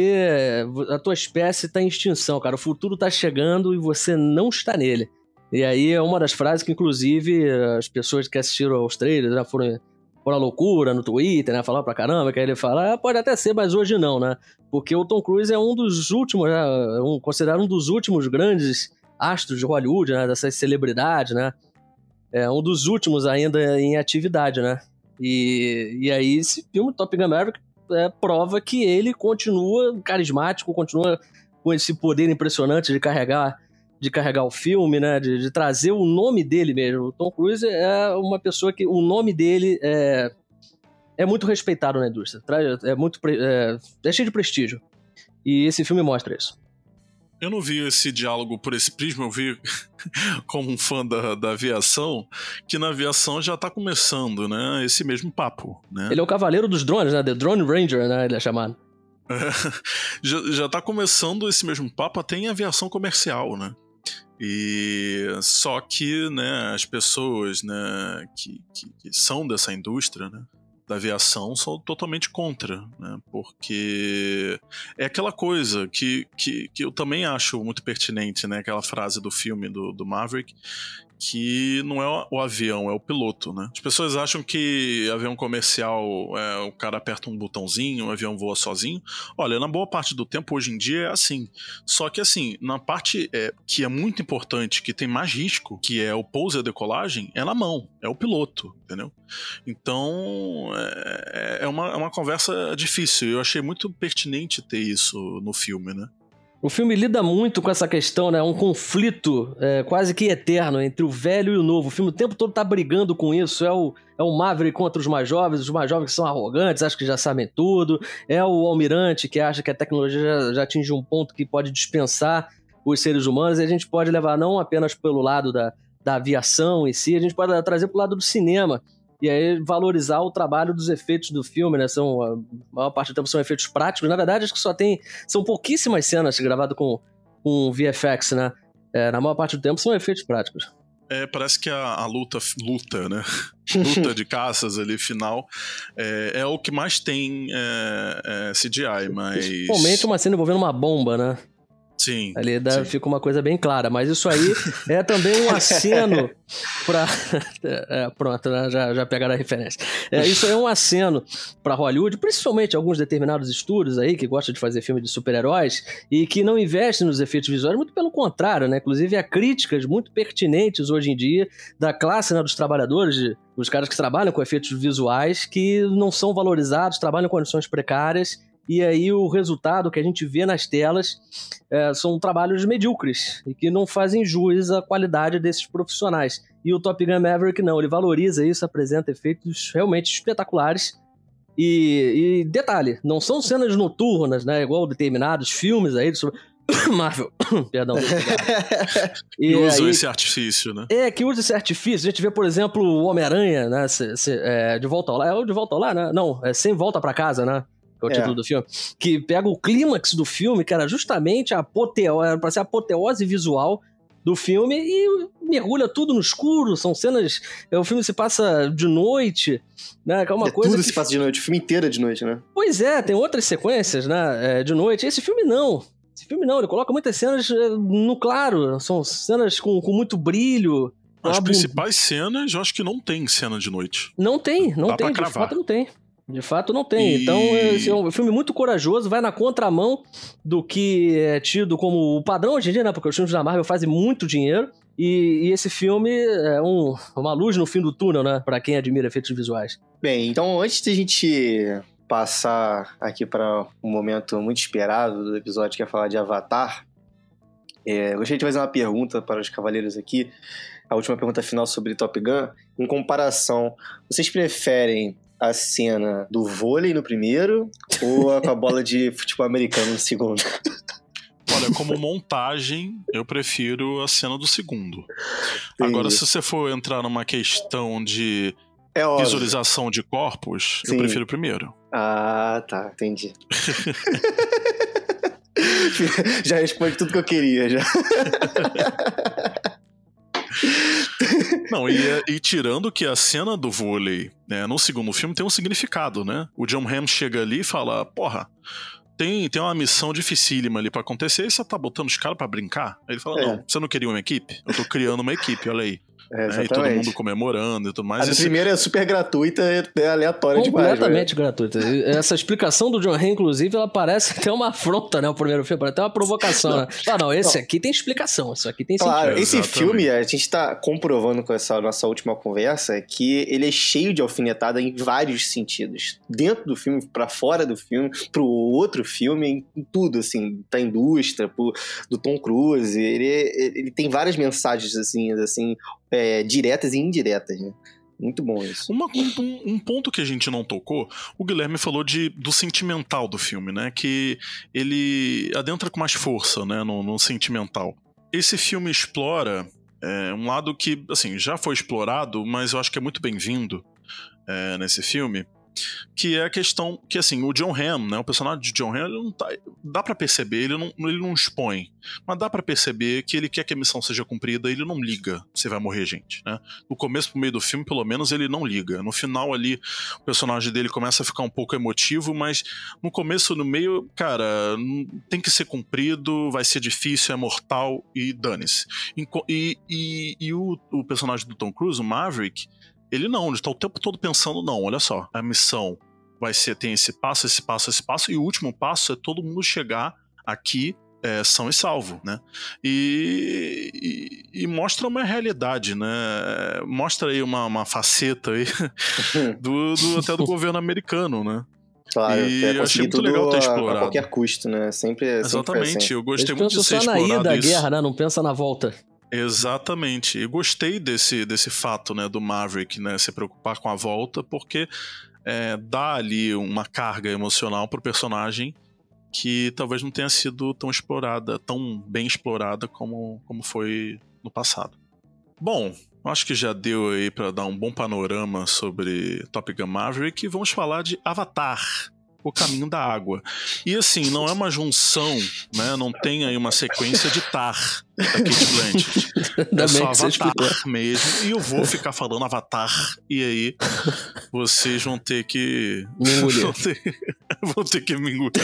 a tua espécie tá em extinção, cara, o futuro tá chegando e você não está nele. E aí é uma das frases que, inclusive, as pessoas que assistiram aos trailers, né, foram à loucura no Twitter, né, falaram pra caramba, que aí ele fala, pode até ser, mas hoje não, né, porque o Tom Cruise é um dos últimos, né, considerado um dos últimos grandes astros de Hollywood, né, dessas celebridades, né, é um dos últimos ainda em atividade, né. E aí esse filme, Top Gun Maverick, prova que ele continua carismático, continua com esse poder impressionante de carregar de carregar o filme, né? De trazer o nome dele mesmo. O Tom Cruise é uma pessoa que o nome dele é muito respeitado na indústria. É cheio de prestígio. E esse filme mostra isso. Eu não vi esse diálogo por esse prisma, eu vi como um fã da aviação, que na aviação já tá começando, né, esse mesmo papo, né? Ele é o cavaleiro dos drones, né? The Drone Ranger, né? Ele é chamado. Já tá começando esse mesmo papo até em aviação comercial, né? E só que, né, as pessoas, né, que são dessa indústria, né, da aviação, são totalmente contra, né, porque é aquela coisa que eu também acho muito pertinente, né, aquela frase do filme do Maverick, que não é o avião, é o piloto, né? As pessoas acham que avião comercial, o cara aperta um botãozinho, o avião voa sozinho. Olha, na boa parte do tempo, hoje em dia, é assim. Só que assim, na parte que é muito importante, que tem mais risco, que é o pouso e a decolagem, é na mão, é o piloto, entendeu? Então, é uma conversa difícil. Eu achei muito pertinente ter isso no filme, né? O filme lida muito com essa questão, né? Um conflito quase que eterno entre o velho e o novo. O filme o tempo todo tá brigando com isso. É o Maverick contra os mais jovens que são arrogantes, acham que já sabem tudo. É o almirante que acha que a tecnologia já atinge um ponto que pode dispensar os seres humanos. E a gente pode levar não apenas pelo lado da aviação em si, a gente pode trazer pro lado do cinema. E aí valorizar o trabalho dos efeitos do filme, né? A maior parte do tempo são efeitos práticos. Na verdade, acho que são pouquíssimas cenas gravadas com VFX, né? Na maior parte do tempo são efeitos práticos. Parece que a luta, né? Luta de caças ali, final, é o que mais tem CGI, mas... Principalmente uma cena envolvendo uma bomba, né? Sim. Ali fica uma coisa bem clara, mas isso aí é também um aceno pra... pronto, né? Já pegaram a referência. Isso aí é um aceno pra Hollywood, principalmente alguns determinados estúdios aí que gostam de fazer filme de super-heróis e que não investem nos efeitos visuais, muito pelo contrário, né? Inclusive há críticas muito pertinentes hoje em dia da classe, né, dos trabalhadores, os caras que trabalham com efeitos visuais, que não são valorizados, trabalham em condições precárias. E aí o resultado que a gente vê nas telas são trabalhos medíocres e que não fazem jus à qualidade desses profissionais. E o Top Gun Maverick não, ele valoriza isso, apresenta efeitos realmente espetaculares. E detalhe, não são cenas noturnas, né, igual determinados filmes aí sobre Marvel, perdão. E usa esse artifício, né? Que usa esse artifício. A gente vê, por exemplo, o Homem-Aranha, né, De Volta ao Lar. É o De Volta ao Lar, né? Não, Sem Volta pra Casa, né? Que é o título do filme, que pega o clímax do filme, que era justamente era pra ser a apoteose visual do filme, e mergulha tudo no escuro, são cenas... O filme se passa de noite, né? Que é uma coisa tudo se passa de noite, o filme inteiro é de noite, né? Pois tem outras sequências, né, de noite. Esse filme não, ele coloca muitas cenas no claro, são cenas com muito brilho. As principais cenas, eu acho que não tem cena de noite. Não tem, de fato não tem. De fato não tem. Então esse é um filme muito corajoso, vai na contramão do que é tido como o padrão hoje em dia, né? Porque os filmes da Marvel fazem muito dinheiro e esse filme é uma luz no fim do túnel, né? Pra quem admira efeitos visuais. Bem, então antes de a gente passar aqui para um momento muito esperado do episódio, que é falar de Avatar, eu gostaria de fazer uma pergunta para os cavaleiros aqui, a última pergunta final sobre Top Gun. Em comparação, vocês preferem a cena do vôlei no primeiro ou com a bola de futebol americano no segundo? Olha, como montagem, eu prefiro a cena do segundo. Entendi. Agora, se você for entrar numa questão de visualização de corpos, eu prefiro o primeiro. Ah, tá, entendi. Já responde tudo que eu queria, já. Não, e tirando que a cena do vôlei, né, no segundo filme tem um significado, né? O John Hamm chega ali e fala, porra, tem uma missão dificílima ali pra acontecer e você tá botando os caras pra brincar? Aí ele fala, não, você não queria uma equipe? Eu tô criando uma equipe, olha aí. E todo mundo comemorando e tudo mais. A primeira é super gratuita, é aleatória demais. Completamente gratuita. Essa explicação do John Hamm, inclusive, ela parece até uma afronta, né? O primeiro filme, parece até uma provocação, né? Esse aqui tem explicação, isso aqui tem sentido. Claro, esse filme, a gente tá comprovando com essa nossa última conversa que ele é cheio de alfinetada em vários sentidos. Dentro do filme, pra fora do filme, pro outro filme, em tudo, assim, da indústria, do Tom Cruise. Ele tem várias mensagens, assim, diretas e indiretas, né? Muito bom isso. Um ponto que a gente não tocou, o Guilherme falou do sentimental do filme, né? Que ele adentra com mais força, né? No sentimental. Esse filme explora um lado que, assim, já foi explorado, mas eu acho que é muito bem-vindo nesse filme, que é a questão que, assim, o John Hamm, né, o personagem de John Hamm, ele não tá, dá pra perceber, ele não expõe, mas dá pra perceber que ele quer que a missão seja cumprida, ele não liga se vai morrer gente, né? No começo pro meio do filme, pelo menos, ele não liga. No final ali, o personagem dele começa a ficar um pouco emotivo, mas no começo, no meio, cara, tem que ser cumprido, vai ser difícil, é mortal e dane-se. E o personagem do Tom Cruise, o Maverick, ele tá o tempo todo pensando, não, olha só, a missão tem esse passo, e o último passo é todo mundo chegar aqui são e salvo, né? E mostra uma realidade, né? Mostra aí uma faceta aí até do governo americano, né? Claro, e eu achei muito legal ter explorado. A qualquer custo, né? Exatamente, assim. Eu gostei Eles muito de ser explorado isso. Só na ida da isso. guerra, né? Não pensa na volta. Exatamente. E gostei desse fato, né, do Maverick, né, se preocupar com a volta, porque dá ali uma carga emocional pro personagem que talvez não tenha sido tão bem explorada como foi no passado. Bom, acho que já deu aí pra dar um bom panorama sobre Top Gun Maverick e vamos falar de Avatar, O Caminho da Água. E assim, não é uma junção, né? Não tem aí uma sequência de Tar da Cate Blanchett. É só Avatar mesmo. E eu vou ficar falando Avatar e aí vocês vão ter que... me engolir. vão ter que me engolir.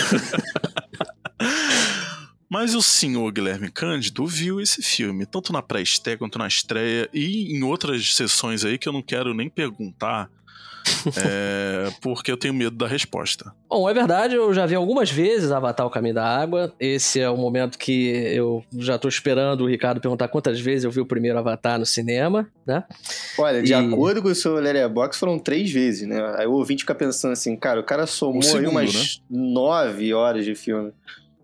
Mas o senhor Guilherme Cândido viu esse filme, tanto na pré-estreia quanto na estreia e em outras sessões aí que eu não quero nem perguntar, porque eu tenho medo da resposta. Bom, é verdade, eu já vi algumas vezes Avatar, O Caminho da Água. Esse é o momento que eu já tô esperando o Ricardo perguntar quantas vezes eu vi o primeiro Avatar no cinema, né? Olha, de acordo com o seu Letterboxd, foram 3 vezes, né? Aí o ouvinte fica pensando assim, cara, o cara somou aí umas 9 horas de filme.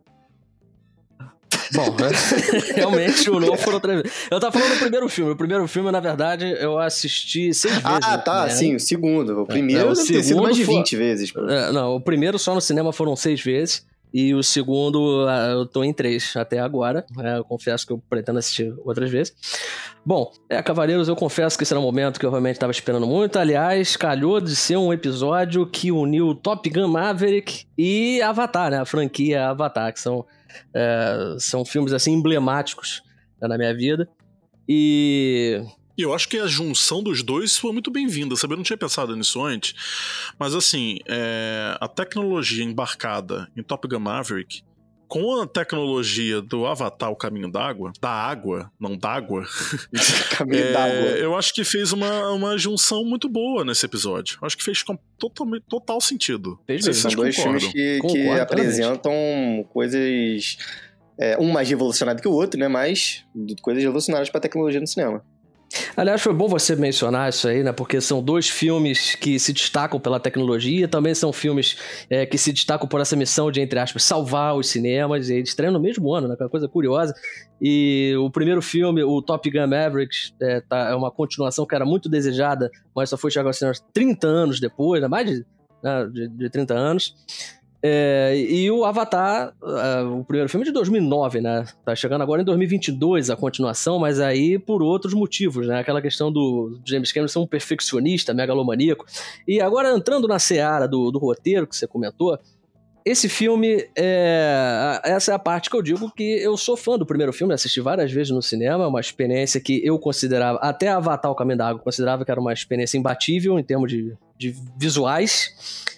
Bom, realmente o novo foram 3 vezes. Eu tava falando do primeiro filme. O primeiro filme, na verdade, eu assisti 6 vezes. Ah, tá, né? Sim, o segundo. O primeiro deve ter sido mais de 20 vezes. Não, o primeiro só no cinema foram 6 vezes. E o segundo, eu tô em 3 até agora. Eu confesso que eu pretendo assistir outras vezes. Bom, Cavaleiros, eu confesso que esse era um momento que eu realmente tava esperando muito. Aliás, calhou de ser um episódio que uniu Top Gun Maverick e Avatar, né? A franquia Avatar, que são filmes assim emblemáticos, né, na minha vida. E eu acho que a junção dos dois foi muito bem-vinda, sabe? Eu não tinha pensado nisso antes, mas assim, a tecnologia embarcada em Top Gun Maverick com a tecnologia do Avatar, O Caminho d'Água, da água, não d'água, Caminho d'Água. Eu acho que fez uma junção muito boa nesse episódio. Acho que fez total sentido. São dois filmes que apresentam coisas, um mais revolucionário que o outro, né? Mas coisas revolucionárias para a tecnologia no cinema. Aliás, foi bom você mencionar isso aí, né? Porque são 2 filmes que se destacam pela tecnologia, também são filmes que se destacam por essa missão de, entre aspas, salvar os cinemas. E eles estreiam no mesmo ano, né? Que é uma coisa curiosa. E o primeiro filme, o Top Gun Maverick, é uma continuação que era muito desejada, mas só foi chegar aos cinemas 30 anos depois, né? Mais de 30 anos. E o Avatar, o primeiro filme é de 2009, né? Tá chegando agora em 2022 a continuação, mas aí por outros motivos, né? Aquela questão do James Cameron ser um perfeccionista, megalomaníaco. E agora entrando na seara do roteiro que você comentou, esse filme, essa é a parte que eu digo que eu sou fã do primeiro filme, assisti várias vezes no cinema, uma experiência que eu considerava, até Avatar, O Caminho da Água, considerava que era uma experiência imbatível em termos de visuais.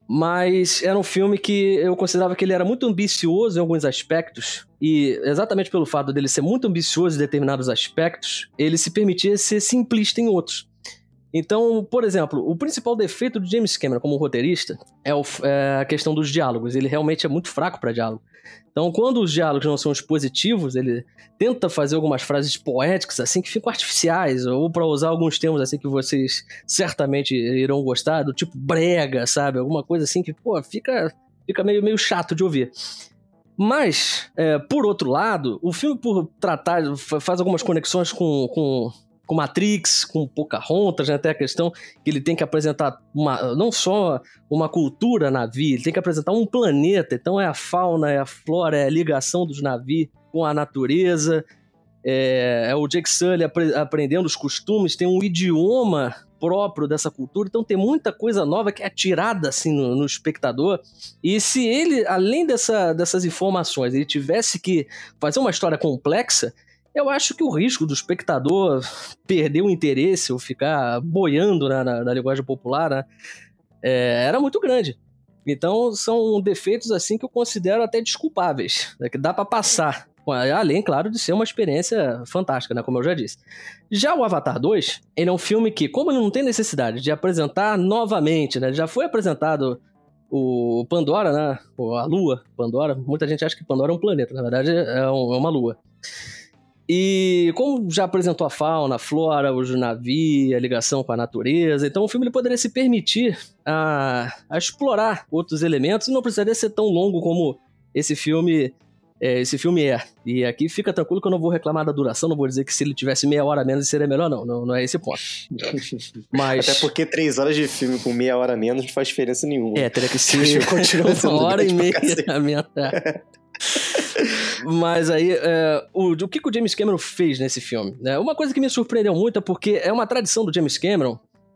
mas era um filme que eu considerava que ele era muito ambicioso em alguns aspectos, e exatamente pelo fato dele ser muito ambicioso em determinados aspectos, ele se permitia ser simplista em outros. Então, por exemplo, o principal defeito do James Cameron como roteirista é a questão dos diálogos. Ele realmente é muito fraco para diálogo. Então, quando os diálogos não são expositivos, ele tenta fazer algumas frases poéticas, assim, que ficam artificiais, ou para usar alguns termos, assim, que vocês certamente irão gostar, do tipo brega, sabe? Alguma coisa assim que, pô, fica meio chato de ouvir. Mas, por outro lado, o filme, por tratar, faz algumas conexões com Matrix, com Pocahontas, né? Até a questão que ele tem que apresentar não só uma cultura navi, ele tem que apresentar um planeta. Então é a fauna, é a flora, é a ligação dos navios com a natureza, é o Jake Sully aprendendo os costumes, tem um idioma próprio dessa cultura, então tem muita coisa nova que é atirada assim no espectador. E se ele, além dessas informações, ele tivesse que fazer uma história complexa, eu acho que o risco do espectador perder o interesse ou ficar boiando, né, na linguagem popular, né, era muito grande. Então são defeitos assim que eu considero até desculpáveis, né, que dá para passar, além, claro, de ser uma experiência fantástica, né, como eu já disse. Já o Avatar 2, ele é um filme que, como ele não tem necessidade de apresentar novamente, né, já foi apresentado o Pandora, né, a Lua, Pandora, muita gente acha que Pandora é um planeta, na verdade é uma lua. E como já apresentou a fauna, a flora, os navios, a ligação com a natureza, então o filme ele poderia se permitir a explorar outros elementos e não precisaria ser tão longo como esse filme é. E aqui fica tranquilo que eu não vou reclamar da duração, não vou dizer que se ele tivesse meia hora a menos seria melhor, não é esse ponto. Mas... Até porque 3 horas de filme com meia hora a menos não faz diferença nenhuma. Teria que ser uma hora e meia a menos. Mas aí, o que o James Cameron fez nesse filme? Uma coisa que me surpreendeu muito é porque é uma tradição do James Cameron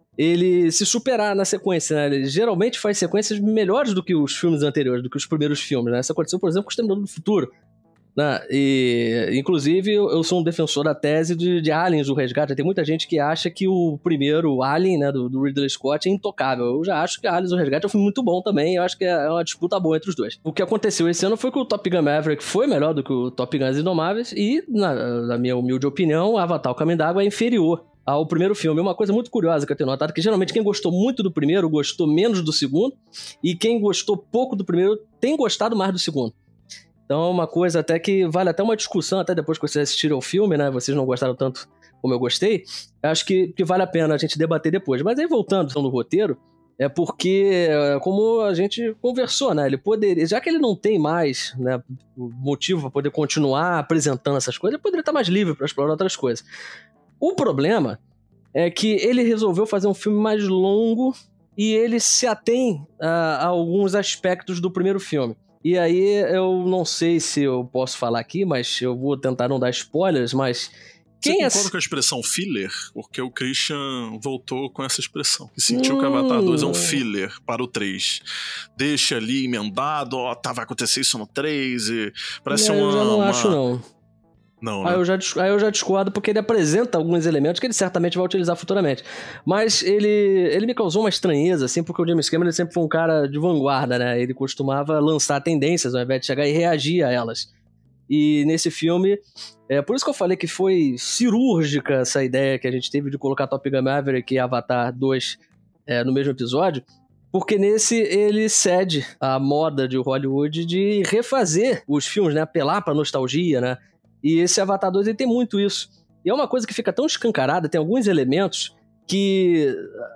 ele se superar na sequência, né? Ele geralmente faz sequências melhores do que os filmes anteriores, do que os primeiros filmes, né? Isso aconteceu, por exemplo, com o Exterminador do Futuro, né? E, inclusive, eu sou um defensor da tese de Aliens, o Resgate. Tem muita gente que acha que o primeiro Alien, né, do Ridley Scott, é intocável. Eu já acho que Aliens, o Resgate é um filme muito bom também. Eu acho que é uma disputa boa entre os dois. O que aconteceu esse ano foi que o Top Gun Maverick foi melhor do que o Top Gun Indomáveis e, na minha humilde opinião, Avatar, o Caminho d'Água é inferior ao primeiro filme. Uma coisa muito curiosa que eu tenho notado é que geralmente quem gostou muito do primeiro gostou menos do segundo, e quem gostou pouco do primeiro tem gostado mais do segundo. Então é uma coisa até que vale até uma discussão, até depois que vocês assistiram o filme, né? Vocês não gostaram tanto como eu gostei. Acho que vale a pena a gente debater depois. Mas aí voltando no roteiro, é porque, como a gente conversou, né? Ele poderia, já que ele não tem mais, né, motivo para poder continuar apresentando essas coisas, ele poderia estar mais livre para explorar outras coisas. O problema é que ele resolveu fazer um filme mais longo e ele se atém a alguns aspectos do primeiro filme. E aí eu não sei se eu posso falar aqui, mas eu vou tentar não dar spoilers, mas... Você concorda com a expressão filler? Porque o Christian voltou com essa expressão. E sentiu que o Avatar 2 é um filler para o 3. Deixa ali emendado, vai acontecer isso no 3 e... Parece Eu já não acho, não. Não, né? Aí eu já discordo, porque ele apresenta alguns elementos que ele certamente vai utilizar futuramente. Mas ele me causou uma estranheza, assim, porque o James Cameron ele sempre foi um cara de vanguarda, né? Ele costumava lançar tendências ao invés de chegar e reagir a elas. E nesse filme, por isso que eu falei que foi cirúrgica essa ideia que a gente teve de colocar Top Gun Maverick e Avatar 2 no mesmo episódio, porque nesse ele cede à moda de Hollywood de refazer os filmes, né? Apelar pra nostalgia, né? E esse Avatar 2 ele tem muito isso. E é uma coisa que fica tão escancarada, tem alguns elementos que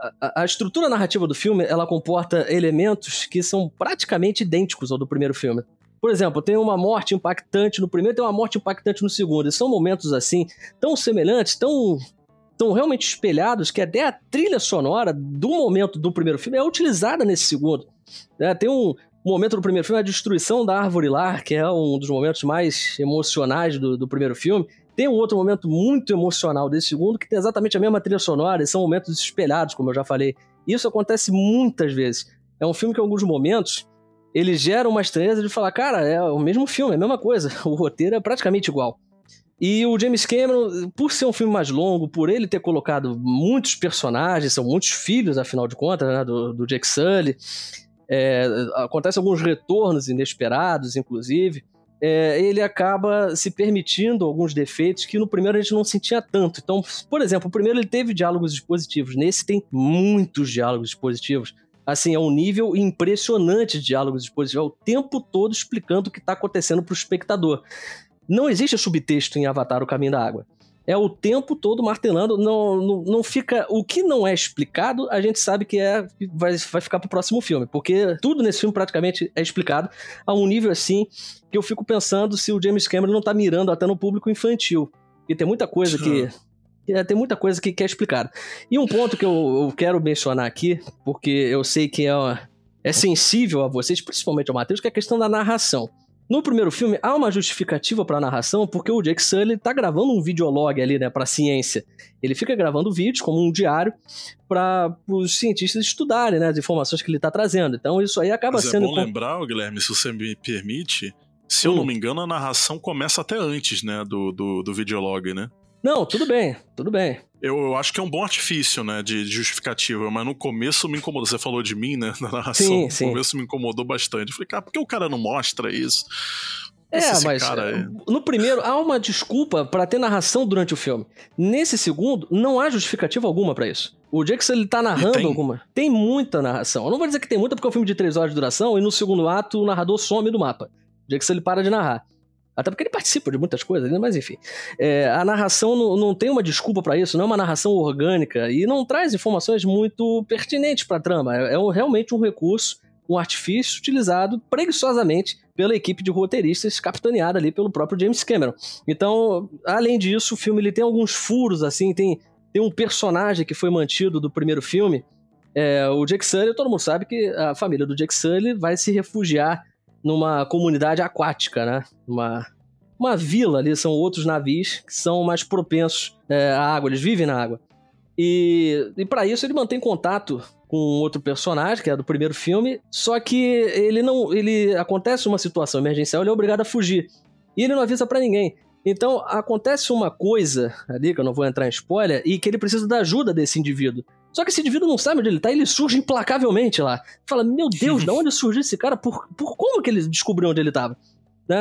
a estrutura narrativa do filme, ela comporta elementos que são praticamente idênticos ao do primeiro filme. Por exemplo, tem uma morte impactante no primeiro e tem uma morte impactante no segundo. E são momentos assim, tão semelhantes, tão realmente espelhados, que até a trilha sonora do momento do primeiro filme é utilizada nesse segundo. Tem um momento do primeiro filme, a destruição da árvore lá, que é um dos momentos mais emocionais do primeiro filme. Tem um outro momento muito emocional desse segundo, que tem exatamente a mesma trilha sonora, e são momentos espelhados, como eu já falei. Isso acontece muitas vezes. É um filme que, em alguns momentos, ele gera uma estranheza de falar, cara, é o mesmo filme, é a mesma coisa. O roteiro é praticamente igual. E o James Cameron, por ser um filme mais longo, por ele ter colocado muitos personagens, são muitos filhos, afinal de contas, né, do Jake Sully, Acontecem alguns retornos inesperados, inclusive. Ele acaba se permitindo alguns defeitos que no primeiro a gente não sentia tanto. Então, por exemplo, o primeiro ele teve diálogos expositivos. Nesse tem muitos diálogos expositivos. Assim, é um nível impressionante de diálogos expositivos. É o tempo todo explicando o que está acontecendo para o espectador. Não existe subtexto em Avatar, O Caminho da Água. É o tempo todo martelando, não fica... O que não é explicado, a gente sabe que vai ficar pro próximo filme, porque tudo nesse filme praticamente é explicado a um nível assim que eu fico pensando se o James Cameron não tá mirando até no público infantil. E tem muita coisa que é explicada. E um ponto que eu quero mencionar aqui, porque eu sei que é sensível a vocês, principalmente ao Matheus, que é a questão da narração. No primeiro filme, há uma justificativa para a narração, porque o Jake Sully tá gravando um videolog ali, né, pra ciência. Ele fica gravando vídeos como um diário para os cientistas estudarem, né, as informações que ele tá trazendo. Então isso aí acaba sendo... É bom lembrar, Guilherme, se você me permite, se eu não me engano, a narração começa até antes, né, do videolog, né? Não, tudo bem. Eu acho que é um bom artifício, né, de justificativa, mas no começo me incomodou. Você falou de mim, né, na narração. Sim. No começo me incomodou bastante. Eu falei, cara, por que o cara não mostra isso? Mas no primeiro há uma desculpa para ter narração durante o filme. Nesse segundo, não há justificativa alguma para isso. O Jackson, ele tá narrando alguma... Tem muita narração. Eu não vou dizer que tem muita porque é um filme de 3 horas de duração e no segundo ato o narrador some do mapa. O Jackson, ele para de narrar. Até porque ele participa de muitas coisas, né? Mas enfim. A narração não tem uma desculpa pra isso, não é uma narração orgânica e não traz informações muito pertinentes pra trama. Realmente um recurso, um artifício utilizado preguiçosamente pela equipe de roteiristas capitaneada ali pelo próprio James Cameron. Então, além disso, o filme ele tem alguns furos, assim, tem um personagem que foi mantido do primeiro filme, o Jake Sully. Todo mundo sabe que a família do Jake Sully vai se refugiar numa comunidade aquática, né? Uma vila ali, são outros navios que são mais propensos à água, eles vivem na água. E para isso ele mantém contato com outro personagem, que é do primeiro filme, só que ele acontece uma situação emergencial, ele é obrigado a fugir. E ele não avisa pra ninguém. Então acontece uma coisa ali, que eu não vou entrar em spoiler, e que ele precisa da ajuda desse indivíduo. Só que esse indivíduo não sabe onde ele tá, ele surge implacavelmente lá. Fala, meu Deus, de onde surgiu esse cara? Por como que ele descobriu onde ele tava? Né?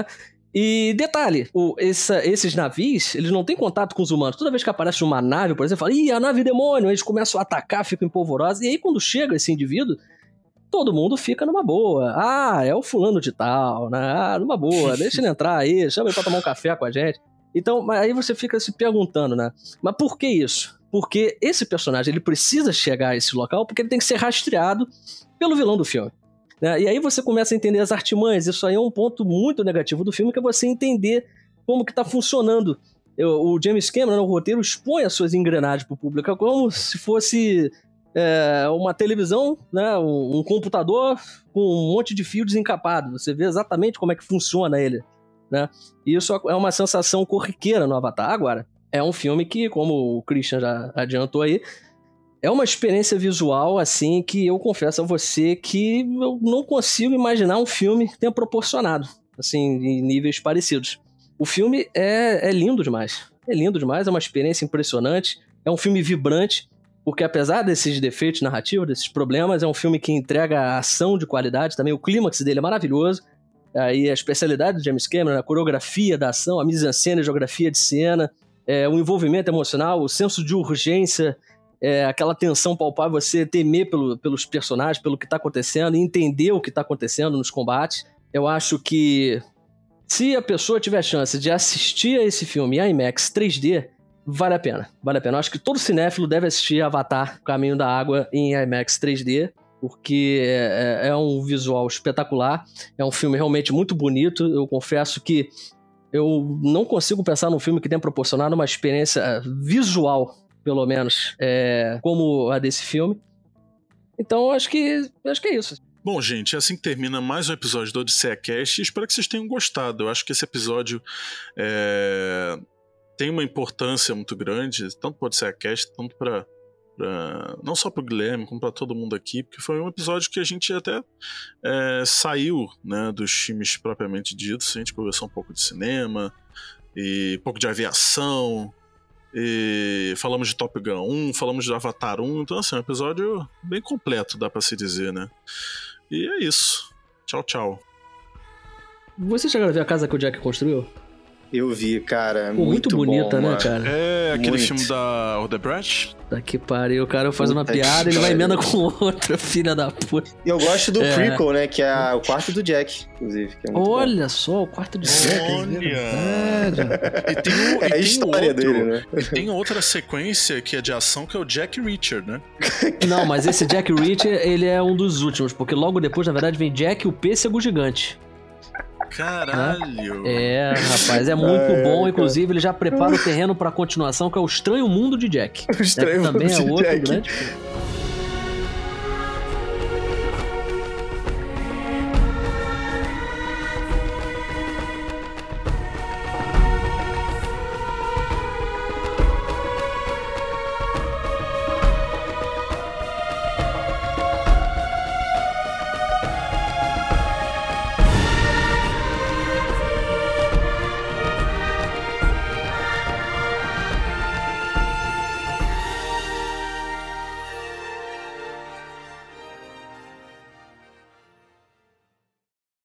E detalhe, esses navios, eles não têm contato com os humanos. Toda vez que aparece uma nave, por exemplo, fala, ih, a nave demônio, eles começam a atacar, ficam empolvorosos. E aí quando chega esse indivíduo, todo mundo fica numa boa. Ah, é o fulano de tal, né? Ah, numa boa, deixa ele entrar aí, chama ele pra tomar um café com a gente. Então, aí você fica se perguntando, né? Mas por que isso? Porque esse personagem, ele precisa chegar a esse local porque ele tem que ser rastreado pelo vilão do filme. Né? E aí você começa a entender as artimanhas. Isso aí é um ponto muito negativo do filme, que é você entender como que tá funcionando. O James Cameron, no roteiro, expõe as suas engrenagens pro público. É como se fosse uma televisão, né? Um computador com um monte de fio desencapado. Você vê exatamente como é que funciona ele. Né? E isso é uma sensação corriqueira no Avatar. Agora, é um filme que, como o Christian já adiantou aí, é uma experiência visual, assim, que eu confesso a você que eu não consigo imaginar um filme que tenha proporcionado, assim, em níveis parecidos. O filme é lindo demais. É lindo demais, é uma experiência impressionante, é um filme vibrante, porque apesar desses defeitos narrativos, desses problemas, é um filme que entrega ação de qualidade também, o clímax dele é maravilhoso, aí a especialidade do James Cameron, a coreografia da ação, a mise-en-scène, a geografia de cena, o envolvimento emocional, o senso de urgência, aquela tensão palpável, você temer pelos personagens, pelo que está acontecendo, e entender o que está acontecendo nos combates. Eu acho que se a pessoa tiver a chance de assistir a esse filme em IMAX 3D, vale a pena. Vale a pena. Eu acho que todo cinéfilo deve assistir Avatar, Caminho da Água, em IMAX 3D, porque é um visual espetacular, é um filme realmente muito bonito. Eu confesso que eu não consigo pensar num filme que tenha proporcionado uma experiência visual, pelo menos, como a desse filme. Então, acho que é isso. Bom, gente, é assim que termina mais um episódio do Odisseia Cast. Espero que vocês tenham gostado. Eu acho que esse episódio tem uma importância muito grande, tanto para o Odisseia Cast, tanto para não só para o Guilherme, como para todo mundo aqui, porque foi um episódio que a gente até saiu, né, dos filmes propriamente ditos. A gente conversou um pouco de cinema, e um pouco de aviação, e falamos de Top Gun 1, falamos de Avatar 1, então assim, é um episódio bem completo, dá pra se dizer, né? E é isso. Tchau, tchau. Você chegaram a ver a casa que o Jack construiu? Eu vi, cara. Pô, muito bonita, bom, né, mano. cara? É aquele Muito. filme da Odebrecht? Tá que pariu, o cara faz uma Puta que piada e ele vai pariu. emenda com outra, filha da puta. E eu gosto do É. prequel, né? Que é o quarto do Jack, inclusive. Que é muito Olha só, o quarto de Jack. E tem o, bom. É a história dele, né? E tem outra sequência que é de ação, que é o Jack Reacher, né? Não, mas esse Jack Reacher, ele é um dos últimos, porque logo depois, na verdade, vem Jack o Pêssego Gigante. Caralho. É, rapaz, é muito bom. cara. Inclusive, ele já prepara o terreno pra continuação, que é o Estranho Mundo de Jack. O Estranho Também Mundo é de outro Jack. grande filme.